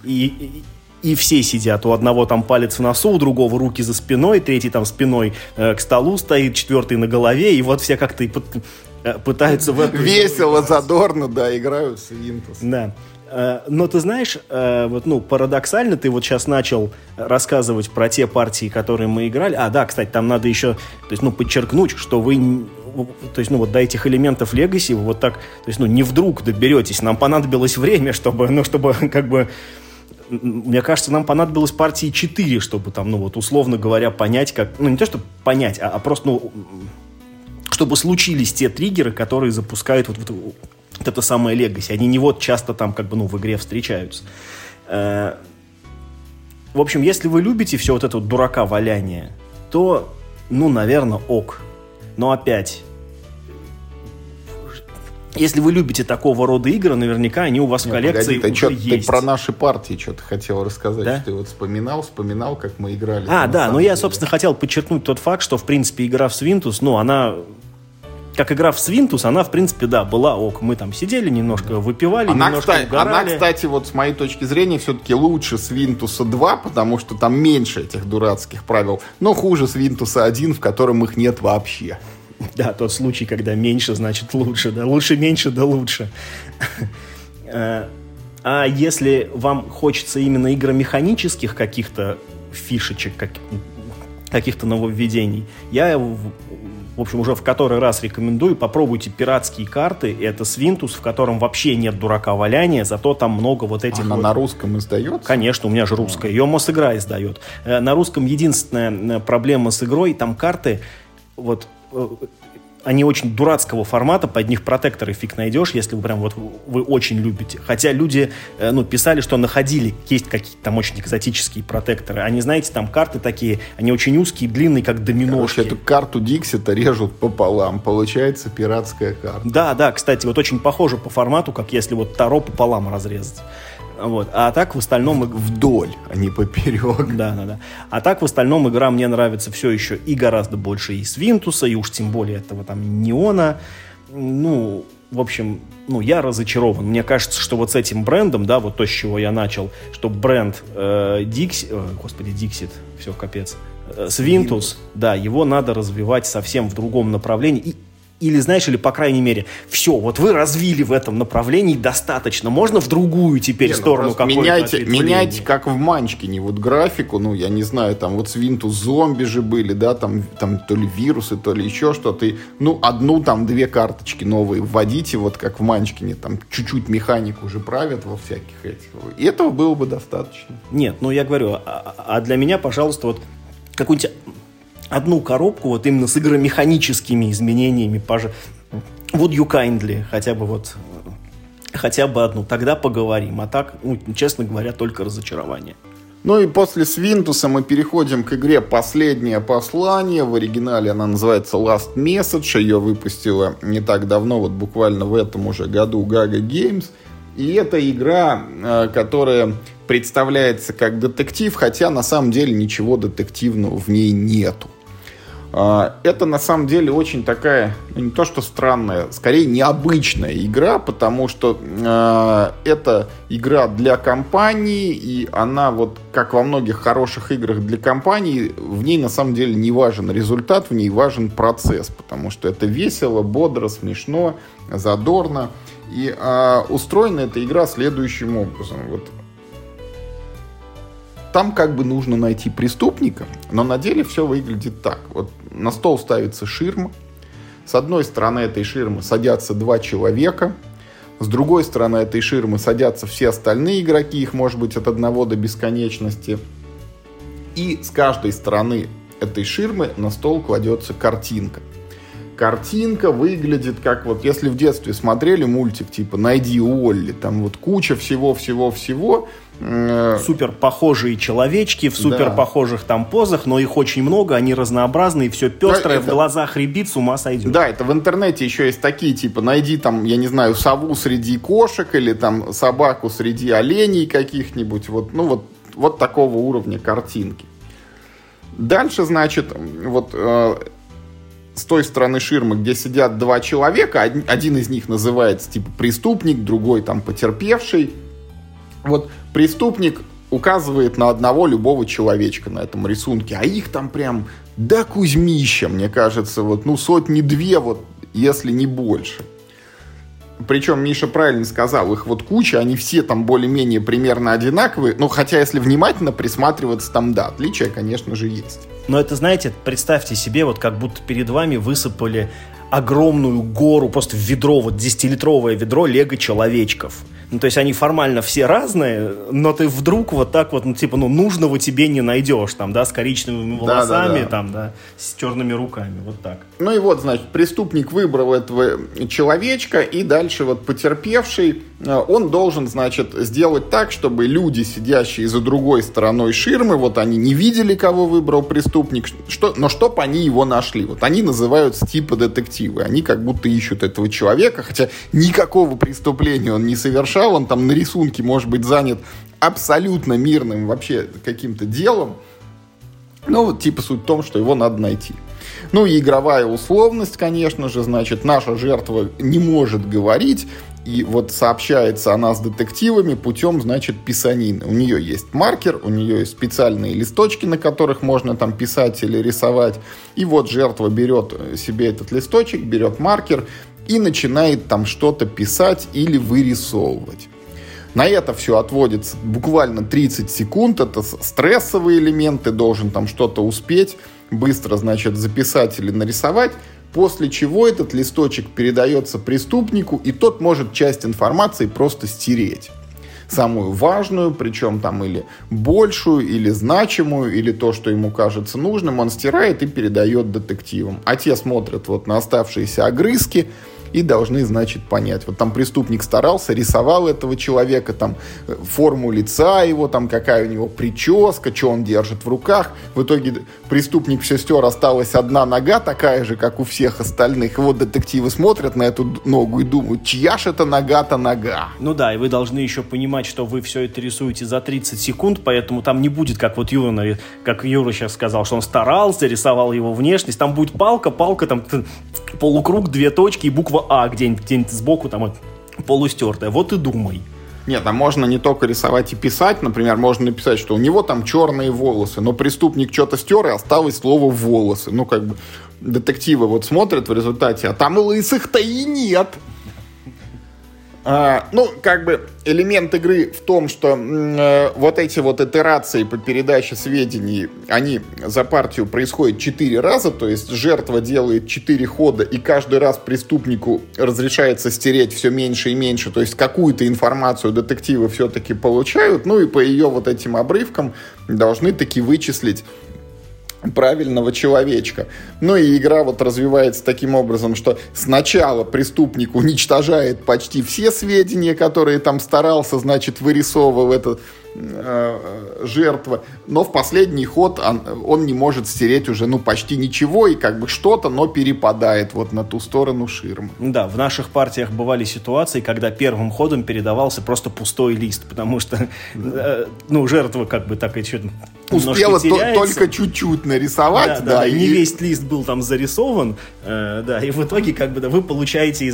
И все сидят. У одного там палец в носу, у другого руки за спиной, третий там спиной к столу стоит, четвертый на голове, и вот все как-то пытаются в это... Весело, задорно, да, играют в Свинтус. Да. Но ты знаешь, вот, ну, парадоксально, ты вот сейчас начал рассказывать про те партии, которые мы играли. А, да, кстати, там надо еще, то есть, ну, подчеркнуть, что вы... То есть, ну, вот до этих элементов Legacy вы вот так, то есть, ну, не вдруг доберетесь. Нам понадобилось время, чтобы, ну, чтобы, как бы... Мне кажется, нам понадобилось партии 4, чтобы там, ну вот, условно говоря, понять, как... Ну, не то, чтобы понять, а просто, ну, чтобы случились те триггеры, которые запускают вот это самое Legacy. Они не вот часто там, как бы, ну, в игре встречаются. В общем, если вы любите все вот это вот дурака валяние, то, ну, наверное, ок. Но опять... Если вы любите такого рода игры, наверняка они у вас в коллекции уже есть. Ты про наши партии что-то хотел рассказать. Да? Что ты вот вспоминал, как мы играли. Да, но я, собственно, хотел подчеркнуть тот факт, что, в принципе, игра в Свинтус, ну, она... Как игра в Свинтус, она, в принципе, да, была ок. Мы там сидели, немножко выпивали, немножко угорали. Она, кстати, вот с моей точки зрения, все-таки лучше Свинтуса 2, потому что там меньше этих дурацких правил, но хуже Свинтуса 1, в котором их нет вообще. Да, тот случай, когда меньше, значит лучше, да, лучше меньше, да лучше. А если вам хочется именно игромеханических каких-то фишечек, каких-то нововведений, я, в общем, уже в который раз рекомендую, попробуйте пиратские карты. Это Свинтус, в котором вообще нет дурака валяния, зато там много вот этих... Она на русском издается? Конечно, у меня же русская. Ее Мосигра издает. На русском единственная проблема с игрой, там карты, вот... Они очень дурацкого формата, под них протекторы фиг найдешь, если вы прям вот вы очень любите. Хотя люди, ну, писали, что находили, есть какие-то там очень экзотические протекторы. Они, знаете, там карты такие, они очень узкие, длинные, как доминошки. Короче, эту карту Диксита режут пополам, получается пиратская карта. Да, кстати, вот очень похоже по формату, как если вот Таро пополам разрезать. Вот. А так в остальном... Вдоль, а не поперек. Да. А так в остальном игра мне нравится все еще и гораздо больше и Свинтуса, и уж тем более этого там Неона. Ну, в общем, ну, я разочарован. Мне кажется, что вот с этим брендом, да, вот то, с чего я начал, что бренд Dixit, все, капец, Свинтус, да, его надо развивать совсем в другом направлении. Или, знаешь, или, по крайней мере, все, вот вы развили в этом направлении достаточно. Можно в другую теперь сторону какой-то меняйте, как в Манчкине, вот графику, ну, я не знаю, там вот с Windows зомби же были, да, там то ли вирусы, то ли еще что-то. И, ну, одну, там, 2 карточки новые вводите, вот как в Манчкине, там, чуть-чуть механику уже правят во всяких этих. И этого было бы достаточно. Нет, ну, я говорю, а для меня, пожалуйста, вот какую-нибудь одну коробку вот именно с игромеханическими изменениями, would you kindly, хотя бы одну, тогда поговорим. А так, ну, честно говоря, только разочарование. Ну и после Свинтуса мы переходим к игре «Последнее послание». В оригинале она называется Last Message. Ее выпустила не так давно, вот буквально в этом уже году Gaga Games. И это игра, которая представляется как детектив, хотя на самом деле ничего детективного в ней нету. Это на самом деле очень такая, ну, не то что странная, скорее необычная игра, потому что это игра для компании, и она вот, как во многих хороших играх для компании, в ней на самом деле не важен результат, в ней важен процесс, потому что это весело, бодро, смешно, задорно. И устроена эта игра следующим образом. Вот. Там как бы нужно найти преступника, но на деле все выглядит так. Вот на стол ставится ширма. С одной стороны этой ширмы садятся 2 человека. С другой стороны этой ширмы садятся все остальные игроки. Их может быть от 1 до бесконечности. И с каждой стороны этой ширмы на стол кладется картинка. Картинка выглядит как вот, если в детстве смотрели мультик типа «Найди Уолли», там вот куча всего-всего-всего. Супер похожие человечки в супер похожих там позах, но их очень много, они разнообразные, все пестрое, в глазах рябит, с ума сойдет. Да, это в интернете еще есть такие, типа, найди там, я не знаю, сову среди кошек или там собаку среди оленей каких-нибудь, вот, ну вот такого уровня картинки. Дальше, значит, вот с той стороны ширмы, где сидят 2 человека, один из них называется типа преступник, другой там потерпевший. Вот преступник указывает на одного любого человечка на этом рисунке, а их там прям до кузьмища, мне кажется, вот, ну, 100-2, вот, если не больше. Причем Миша правильно сказал, их вот куча, они все там более-менее примерно одинаковые, ну, хотя если внимательно присматриваться, там, да, отличия, конечно же, есть. Но это, знаете, представьте себе, вот как будто перед вами высыпали огромную гору, просто ведро, вот 10-литровое ведро лего-человечков. Ну, то есть они формально все разные, но ты вдруг вот так вот, ну, типа, ну, нужного тебе не найдешь, там, да, с коричневыми волосами, там, да, с черными руками, вот так. Ну и вот, значит, преступник выбрал этого человечка, и дальше вот потерпевший, он должен, значит, сделать так, чтобы люди, сидящие за другой стороной ширмы, вот они не видели, кого выбрал преступник, но чтоб они его нашли. Вот они называются типа детективы, они как будто ищут этого человека, хотя никакого преступления он не совершал, он там на рисунке может быть занят абсолютно мирным вообще каким-то делом. Ну, вот типа суть в том, что его надо найти. Ну и игровая условность, конечно же, значит, наша жертва не может говорить, и вот сообщается она с детективами путем, значит, писанины. У нее есть маркер, у нее есть специальные листочки, на которых можно там писать или рисовать. И вот жертва берет себе этот листочек, берет маркер и начинает там что-то писать или вырисовывать. На это все отводится буквально 30 секунд. Это стрессовые элементы, должен там что-то успеть быстро, значит, записать или нарисовать. После чего этот листочек передается преступнику, и тот может часть информации просто стереть. Самую важную, причем там или большую, или значимую, или то, что ему кажется нужным, он стирает и передает детективам. А те смотрят вот на оставшиеся огрызки и должны, значит, понять. Вот там преступник старался, рисовал этого человека, там форму лица его, там какая у него прическа, что он держит в руках. В итоге преступник все стер, осталась одна нога, такая же, как у всех остальных. И вот детективы смотрят на эту ногу и думают, чья ж это нога-то нога? Ну да, и вы должны еще понимать, что вы все это рисуете за 30 секунд, поэтому там не будет, как вот Юра, как Юра сейчас сказал, что он старался, рисовал его внешность. Там будет палка, там полукруг, 2 точки и буква А где-нибудь сбоку там полустертая. Вот и думай. Нет, а можно не только рисовать и писать. Например, можно написать, что у него там черные волосы, но преступник что-то стер, и осталось слово «волосы». Ну, как бы детективы вот смотрят в результате, а там и лысых-то и нет. Ну, как бы элемент игры в том, что вот эти вот итерации по передаче сведений, они за партию происходят 4 раза, то есть жертва делает 4 хода, и каждый раз преступнику разрешается стереть все меньше и меньше, то есть какую-то информацию детективы все-таки получают, ну и по ее вот этим обрывкам должны таки вычислить правильного человечка. Ну и игра вот развивается таким образом, что сначала преступник уничтожает почти все сведения, которые там старался, значит, вырисовывал этот жертва, но в последний ход он не может стереть уже, ну, почти ничего, и как бы что-то, но перепадает вот на ту сторону ширмы. Да, в наших партиях бывали ситуации, когда первым ходом передавался просто пустой лист, потому что, ну, жертва как бы так и что-то успела только чуть-чуть нарисовать, да, и не весь лист был там зарисован, да, и в итоге как бы да, вы получаете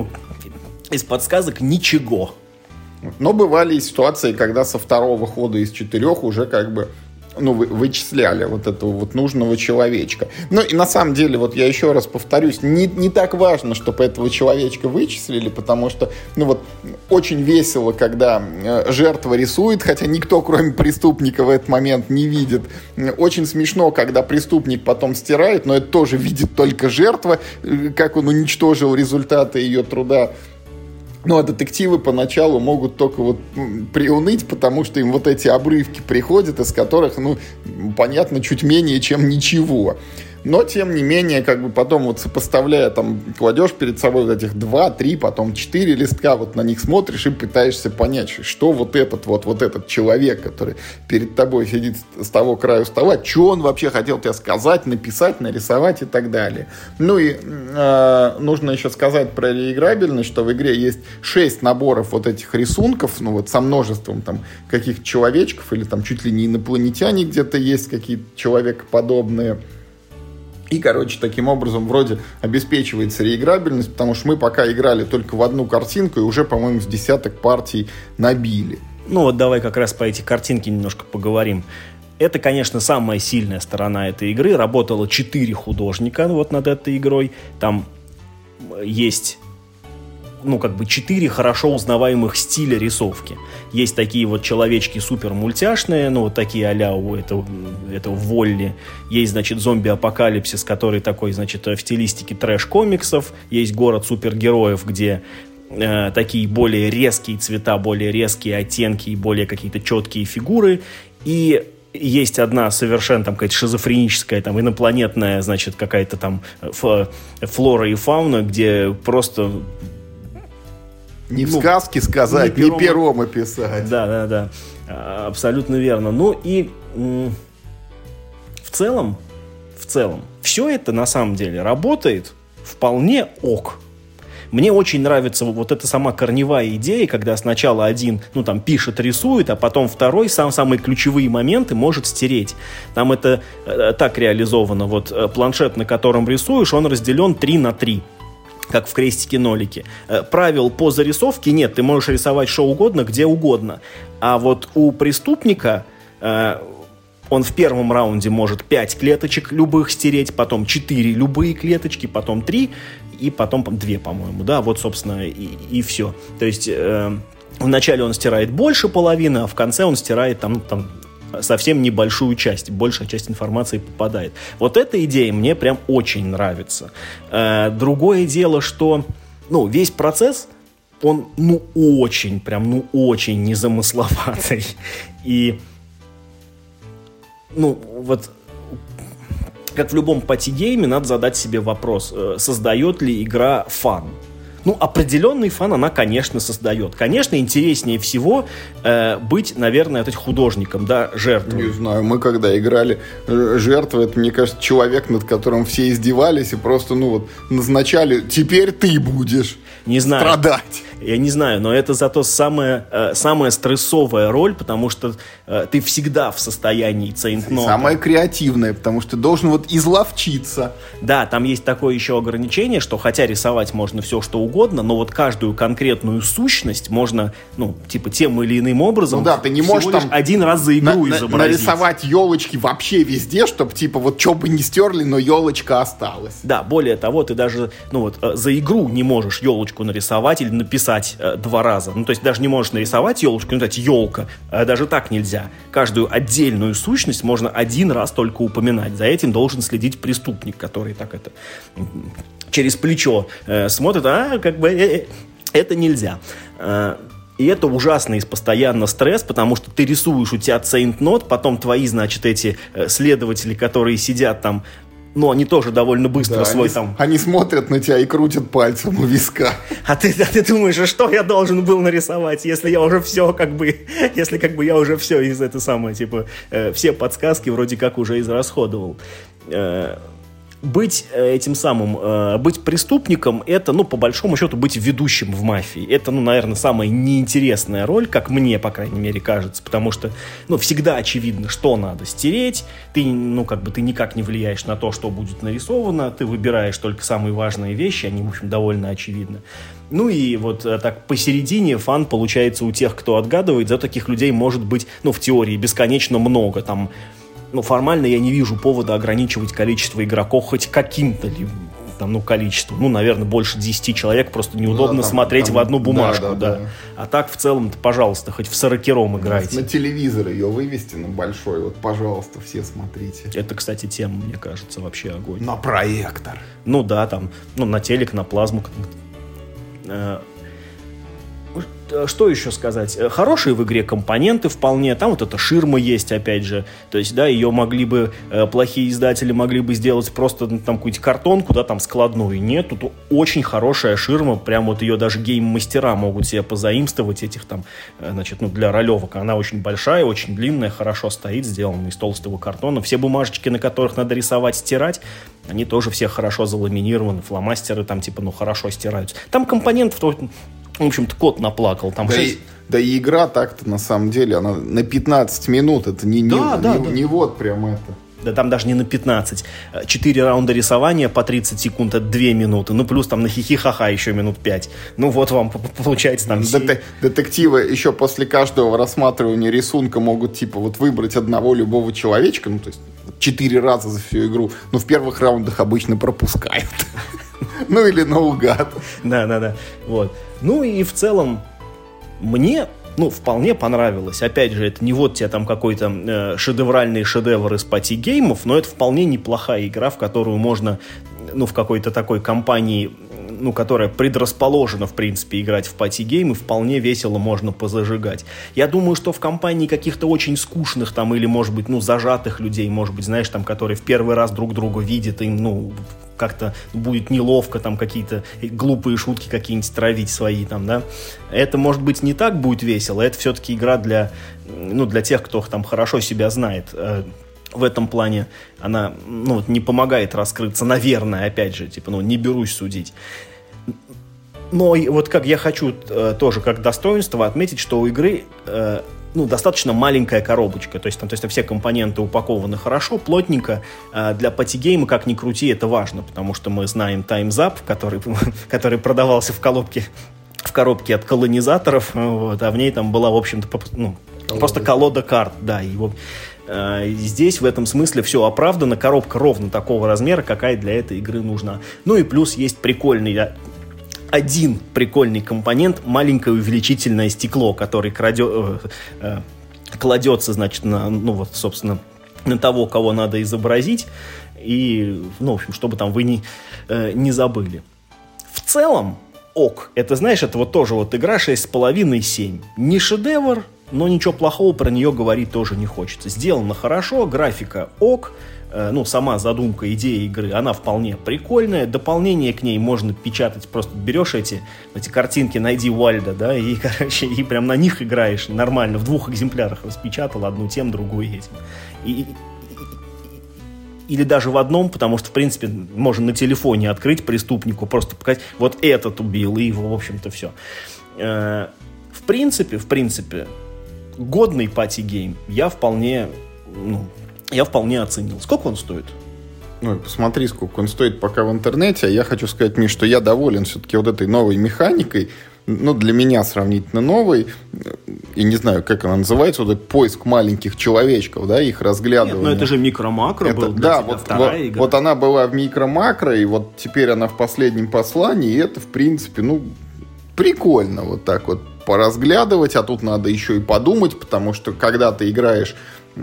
из подсказок ничего. Но бывали и ситуации, когда со второго хода из 4 уже как бы, ну, вычисляли вот этого вот нужного человечка. Ну, и на самом деле, вот я еще раз повторюсь, не так важно, чтобы этого человечка вычислили, потому что, ну, вот, очень весело, когда жертва рисует, хотя никто, кроме преступника, в этот момент не видит. Очень смешно, когда преступник потом стирает, но это тоже видит только жертва, как он уничтожил результаты ее труда. Ну, а детективы поначалу могут только вот приуныть, потому что им вот эти обрывки приходят, из которых, ну, понятно, чуть менее, чем ничего. Но, тем не менее, как бы потом вот сопоставляя, там, кладешь перед собой вот этих 2, 3, потом 4 листка, вот на них смотришь и пытаешься понять, что вот этот человек, который перед тобой сидит с того краю стола, что он вообще хотел тебе сказать, написать, нарисовать и так далее. Ну и нужно еще сказать про реиграбельность, что в игре есть 6 наборов вот этих рисунков, ну вот со множеством там каких-то человечков, или там чуть ли не инопланетяне где-то есть, какие-то человекоподобные. И, короче, таким образом вроде обеспечивается реиграбельность, потому что мы пока играли только в одну картинку и уже, по-моему, с десяток партий набили. Ну вот давай как раз по эти картинки немножко поговорим. Это, конечно, самая сильная сторона этой игры. Работало 4 художника вот над этой игрой. Там есть, ну, как бы 4 хорошо узнаваемых стиля рисовки. Есть такие вот человечки супер мультяшные, ну, вот такие а-ля у этого Волли. Есть, значит, зомби-апокалипсис, который такой, значит, в стилистике трэш-комиксов. Есть город супергероев, где такие более резкие цвета, более резкие оттенки и более какие-то четкие фигуры. И есть одна совершенно там какая-то шизофреническая, там, инопланетная, значит, какая-то там флора и фауна, где просто... Не в сказке сказать, не пером описать. Да, абсолютно верно. Ну и в целом, все это на самом деле работает вполне ок. Мне очень нравится вот эта сама корневая идея, когда сначала один, ну, там, пишет, рисует, а потом второй самые ключевые моменты может стереть. Там это так реализовано. Вот планшет, на котором рисуешь, он разделен 3×3. Как в крестике-нолике. Правил по зарисовке нет, ты можешь рисовать что угодно, где угодно. А вот у преступника он в первом раунде может 5 клеточек любых стереть, потом 4 любые клеточки, потом 3 и потом 2, по-моему. Да, вот, собственно, и все. То есть вначале он стирает больше половины, а в конце он стирает там совсем небольшую часть, большая часть информации попадает. Вот эта идея мне прям очень нравится. Другое дело, что, ну, весь процесс, он, ну, очень незамысловатый. И, ну, вот, как в любом пати-гейме, надо задать себе вопрос, создает ли игра фан. Ну, определенный фан она, конечно, создает. Конечно, интереснее всего быть, наверное, художником, да, жертвой. Не знаю, мы когда играли жертву, это, мне кажется, человек, над которым все издевались и просто, ну вот, назначали, теперь ты будешь не знаю, страдать. я не знаю, но это зато самая стрессовая роль, потому что ты всегда в состоянии цейтнота. Самая креативная, потому что ты должен вот изловчиться. Да, там есть такое еще ограничение, что хотя рисовать можно все, что угодно, но вот каждую конкретную сущность можно, ну, типа, тем или иным образом ты не можешь там один раз за игру изобразить. Нарисовать елочки вообще везде, чтобы, типа, вот что бы ни стерли, но елочка осталась. Да, более того, ты даже, ну вот, за игру не можешь елочку нарисовать или написать 2 раза. Ну, то есть даже не можешь нарисовать елочку, написать елка. Даже так нельзя. Каждую отдельную сущность можно 1 раз только упоминать. За этим должен следить преступник, который так это через плечо смотрит, как бы это нельзя. И это ужасный постоянно стресс, потому что ты рисуешь, у тебя цейтнот, потом твои, значит, эти следователи, которые сидят там, ну, они тоже довольно быстро Они смотрят на тебя и крутят пальцем у виска. А ты думаешь, а что я должен был нарисовать, если я уже все, если я уже все из этой самой, типа, все подсказки вроде как уже израсходовал. Быть быть преступником, это, ну, по большому счету, быть ведущим в мафии. Это, ну, наверное, самая неинтересная роль, как мне, по крайней мере, кажется, потому что, ну, всегда очевидно, что надо стереть, ты никак не влияешь на то, что будет нарисовано, ты выбираешь только самые важные вещи, они, в общем, довольно очевидны. Ну и вот так посередине фан получается у тех, кто отгадывает, за таких людей может быть, ну, в теории, бесконечно много, там. Ну, формально я не вижу повода ограничивать количество игроков хоть каким-то количеством. Ну, наверное, больше 10 человек просто неудобно смотреть в одну бумажку. Да. А так, в целом-то, пожалуйста, хоть в 40-ром играйте. На телевизор ее вывести на большой, вот, пожалуйста, все смотрите. Это, кстати, тема, мне кажется, вообще огонь. На проектор. Ну да, там, на телек, на плазму. Что еще сказать? Хорошие в игре компоненты вполне. Там вот эта ширма есть, опять же. То есть, да, ее плохие издатели могли бы сделать просто там какую-нибудь картонку, да, там складную. Нет, тут очень хорошая ширма. Прям вот ее даже гейм-мастера могут себе позаимствовать этих там, значит, для ролевок. Она очень большая, очень длинная, хорошо стоит, сделана из толстого картона. Все бумажечки, на которых надо рисовать, стирать, они тоже все хорошо заламинированы. Фломастеры там, типа, хорошо стираются. Там компонентов, в общем-то, кот наплакал. Там да и игра так-то, на самом деле, она на 15 минут. Это не вот прям это. Да там даже не на 15. 4 раунда рисования по 30 секунд, это 2 минуты. Ну, плюс там на хихи-ха-ха еще минут 5. Ну, вот вам получается там... Детективы еще после каждого рассматривания рисунка могут, типа, вот выбрать одного любого человечка. Ну, то есть 4 раза за всю игру. Но в первых раундах обычно пропускают. Ну, или наугад. Да. Вот. Ну, и в целом мне... вполне понравилось. Опять же, это не вот тебе там какой-то шедевральный шедевр из пати-геймов, но это вполне неплохая игра, в которую можно, в какой-то такой компании, которая предрасположена, в принципе, играть в пати-геймы, вполне весело можно позажигать. Я думаю, что в компании каких-то очень скучных там, или, может быть, зажатых людей, может быть, знаешь, там, которые в первый раз друг друга видят, им, как-то будет неловко там какие-то глупые шутки какие-нибудь травить свои там, да. Это, может быть, не так будет весело. Это все-таки игра для тех, кто там хорошо себя знает. В этом плане она, не помогает раскрыться, наверное, опять же, типа, не берусь судить. Но вот как я хочу тоже как достоинство отметить, что у игры достаточно маленькая коробочка, то есть там все компоненты упакованы хорошо, плотненько. Для пати-гейма, как ни крути, это важно, потому что мы знаем Time's Up, который продавался в коробке от колонизаторов, а в ней там была, в общем-то, просто колода карт, да, здесь в этом смысле все оправдано, коробка ровно такого размера, какая для этой игры нужна. Ну и плюс есть один прикольный компонент, маленькое увеличительное стекло, который кладется, значит, собственно, на того, кого надо изобразить, и, в общем, чтобы там вы не забыли. В целом, это, знаешь, это вот тоже игра 6,5-7. Не шедевр, но ничего плохого про нее говорить тоже не хочется. Сделано хорошо, графика сама задумка, идея игры, она вполне прикольная. Дополнение к ней можно печатать, просто берешь эти картинки, найди Уальда, да, и прям на них играешь нормально. В 2 экземплярах распечатал, одну тем, другую этим. Или даже в одном, потому что, в принципе, можно на телефоне открыть преступнику, просто показать, вот этот убил, и, в общем-то, все. В принципе, годный пати-гейм я вполне оценил. Сколько он стоит? Ну, посмотри, сколько он стоит пока в интернете. А я хочу сказать, Миш, что я доволен все-таки вот этой новой механикой. Ну, для меня сравнительно новой. И не знаю, как она называется. Вот этот поиск маленьких человечков, да, их разглядывание. Нет, но это же микро-макро был для да, тебя вот, вторая игра. Вот она была в микро-макро, и вот теперь она в последнем послании. И это, в принципе, ну, прикольно вот так вот поразглядывать. А тут надо еще и подумать, потому что когда ты играешь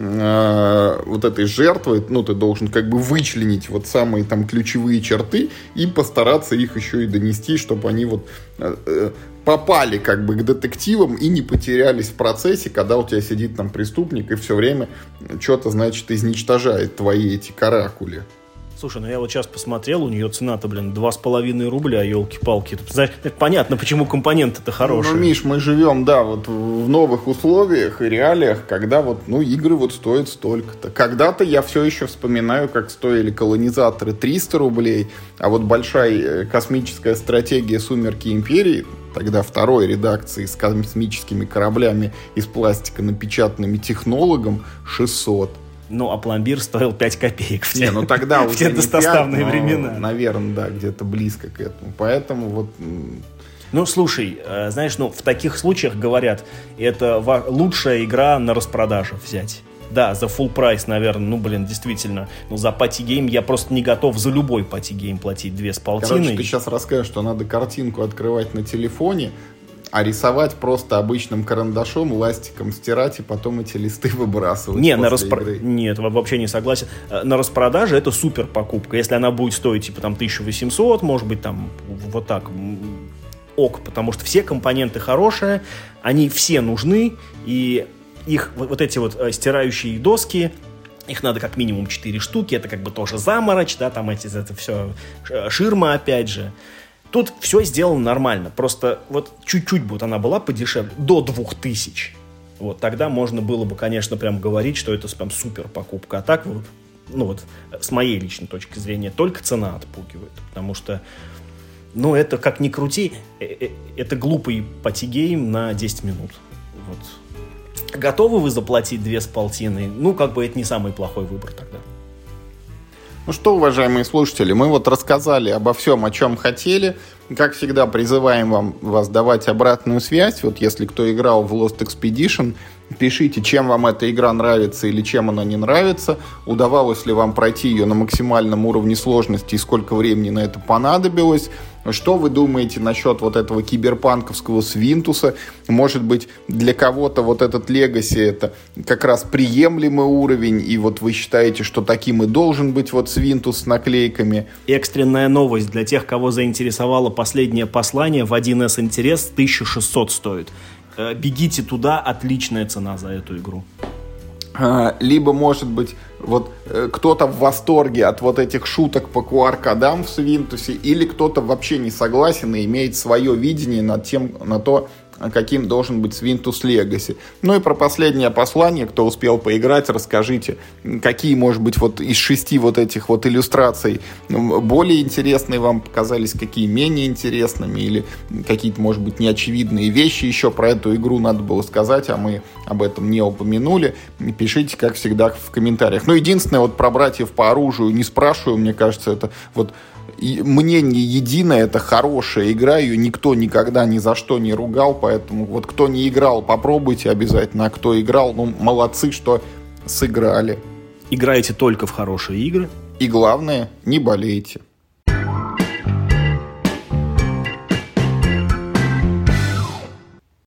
вот этой жертвой, ну, ты должен как бы вычленить вот самые там ключевые черты и постараться их еще и донести, чтобы они вот попали как бы к детективам и не потерялись в процессе, когда у тебя сидит там преступник и все время что-то, значит, изничтожает твои эти каракули. Слушай, ну я вот сейчас посмотрел, у нее цена-то, 2,5 рубля, елки-палки. Знаешь, понятно, почему компоненты-то хорошие. Ну, Миш, мы живем, да, вот в новых условиях и реалиях, когда вот, ну, игры вот стоят столько-то. Когда-то я все еще вспоминаю, как стоили колонизаторы 300 рублей, а вот большая космическая стратегия «Сумерки Империи», тогда второй редакции с космическими кораблями из пластика, напечатанными технологом, 600. Ну, а пломбир стоил 5 копеек в те, ну тогда в те достоставные времена. Наверное, да, где-то близко к этому. Поэтому вот... Ну, слушай, знаешь, ну, в таких случаях говорят, это лучшая игра на распродаже взять. Да, за full прайс, наверное, ну, действительно. Но за пати-гейм я просто не готов за любой пати-гейм платить 2,5. Короче, ты сейчас расскажешь, что надо картинку открывать на телефоне, а рисовать просто обычным карандашом, ластиком стирать и потом эти листы выбрасывать. Нет, Нет, вообще не согласен. На распродаже это супер покупка. Если она будет стоить типа там 1800, может быть там вот так, ок, потому что все компоненты хорошие, они все нужны, и их вот эти вот стирающие доски, их надо как минимум 4 штуки, это как бы тоже заморочь, да, там это все ширма опять же. Тут все сделано нормально, просто вот чуть-чуть бы она была подешевле, до 2000. Вот тогда можно было бы, конечно, прям говорить, что это прям супер покупка. А так вот, ну вот, с моей личной точки зрения, только цена отпугивает. Потому что, ну, это как ни крути, это глупый пати-гейм на 10 минут. Вот. Готовы вы заплатить 2,5? Ну, как бы это не самый плохой выбор тогда. Ну что, уважаемые слушатели, мы вот рассказали обо всем, о чем хотели. Как всегда, призываем вас давать обратную связь. Вот если кто играл в Lost Expedition, пишите, чем вам эта игра нравится или чем она не нравится. Удавалось ли вам пройти ее на максимальном уровне сложности и сколько времени на это понадобилось. Что вы думаете насчет вот этого киберпанковского свинтуса? Может быть, для кого-то вот этот Legacy это как раз приемлемый уровень, и вот вы считаете, что таким и должен быть вот свинтус с наклейками? Экстренная новость для тех, кого заинтересовало последнее послание. В 1С интерес 1600 стоит. Бегите туда, отличная цена за эту игру. Либо, может быть, вот кто-то в восторге от вот этих шуток по QR-кодам в Свинтусе, или кто-то вообще не согласен и имеет свое видение на то, каким должен быть Свинтус Legacy. Ну и про последнее послание, кто успел поиграть, расскажите, какие, может быть, вот из 6 вот этих вот иллюстраций более интересные вам показались, какие менее интересными, или какие-то, может быть, неочевидные вещи еще про эту игру надо было сказать, а мы об этом не упомянули. Пишите, как всегда, в комментариях. Ну, единственное, вот про братьев по оружию не спрашиваю, мне кажется, это вот мнение единое, это хорошая игра, ее никто никогда ни за что не ругал, поэтому вот кто не играл, попробуйте обязательно, а кто играл, ну, молодцы, что сыграли. Играйте только в хорошие игры. И главное, не болейте.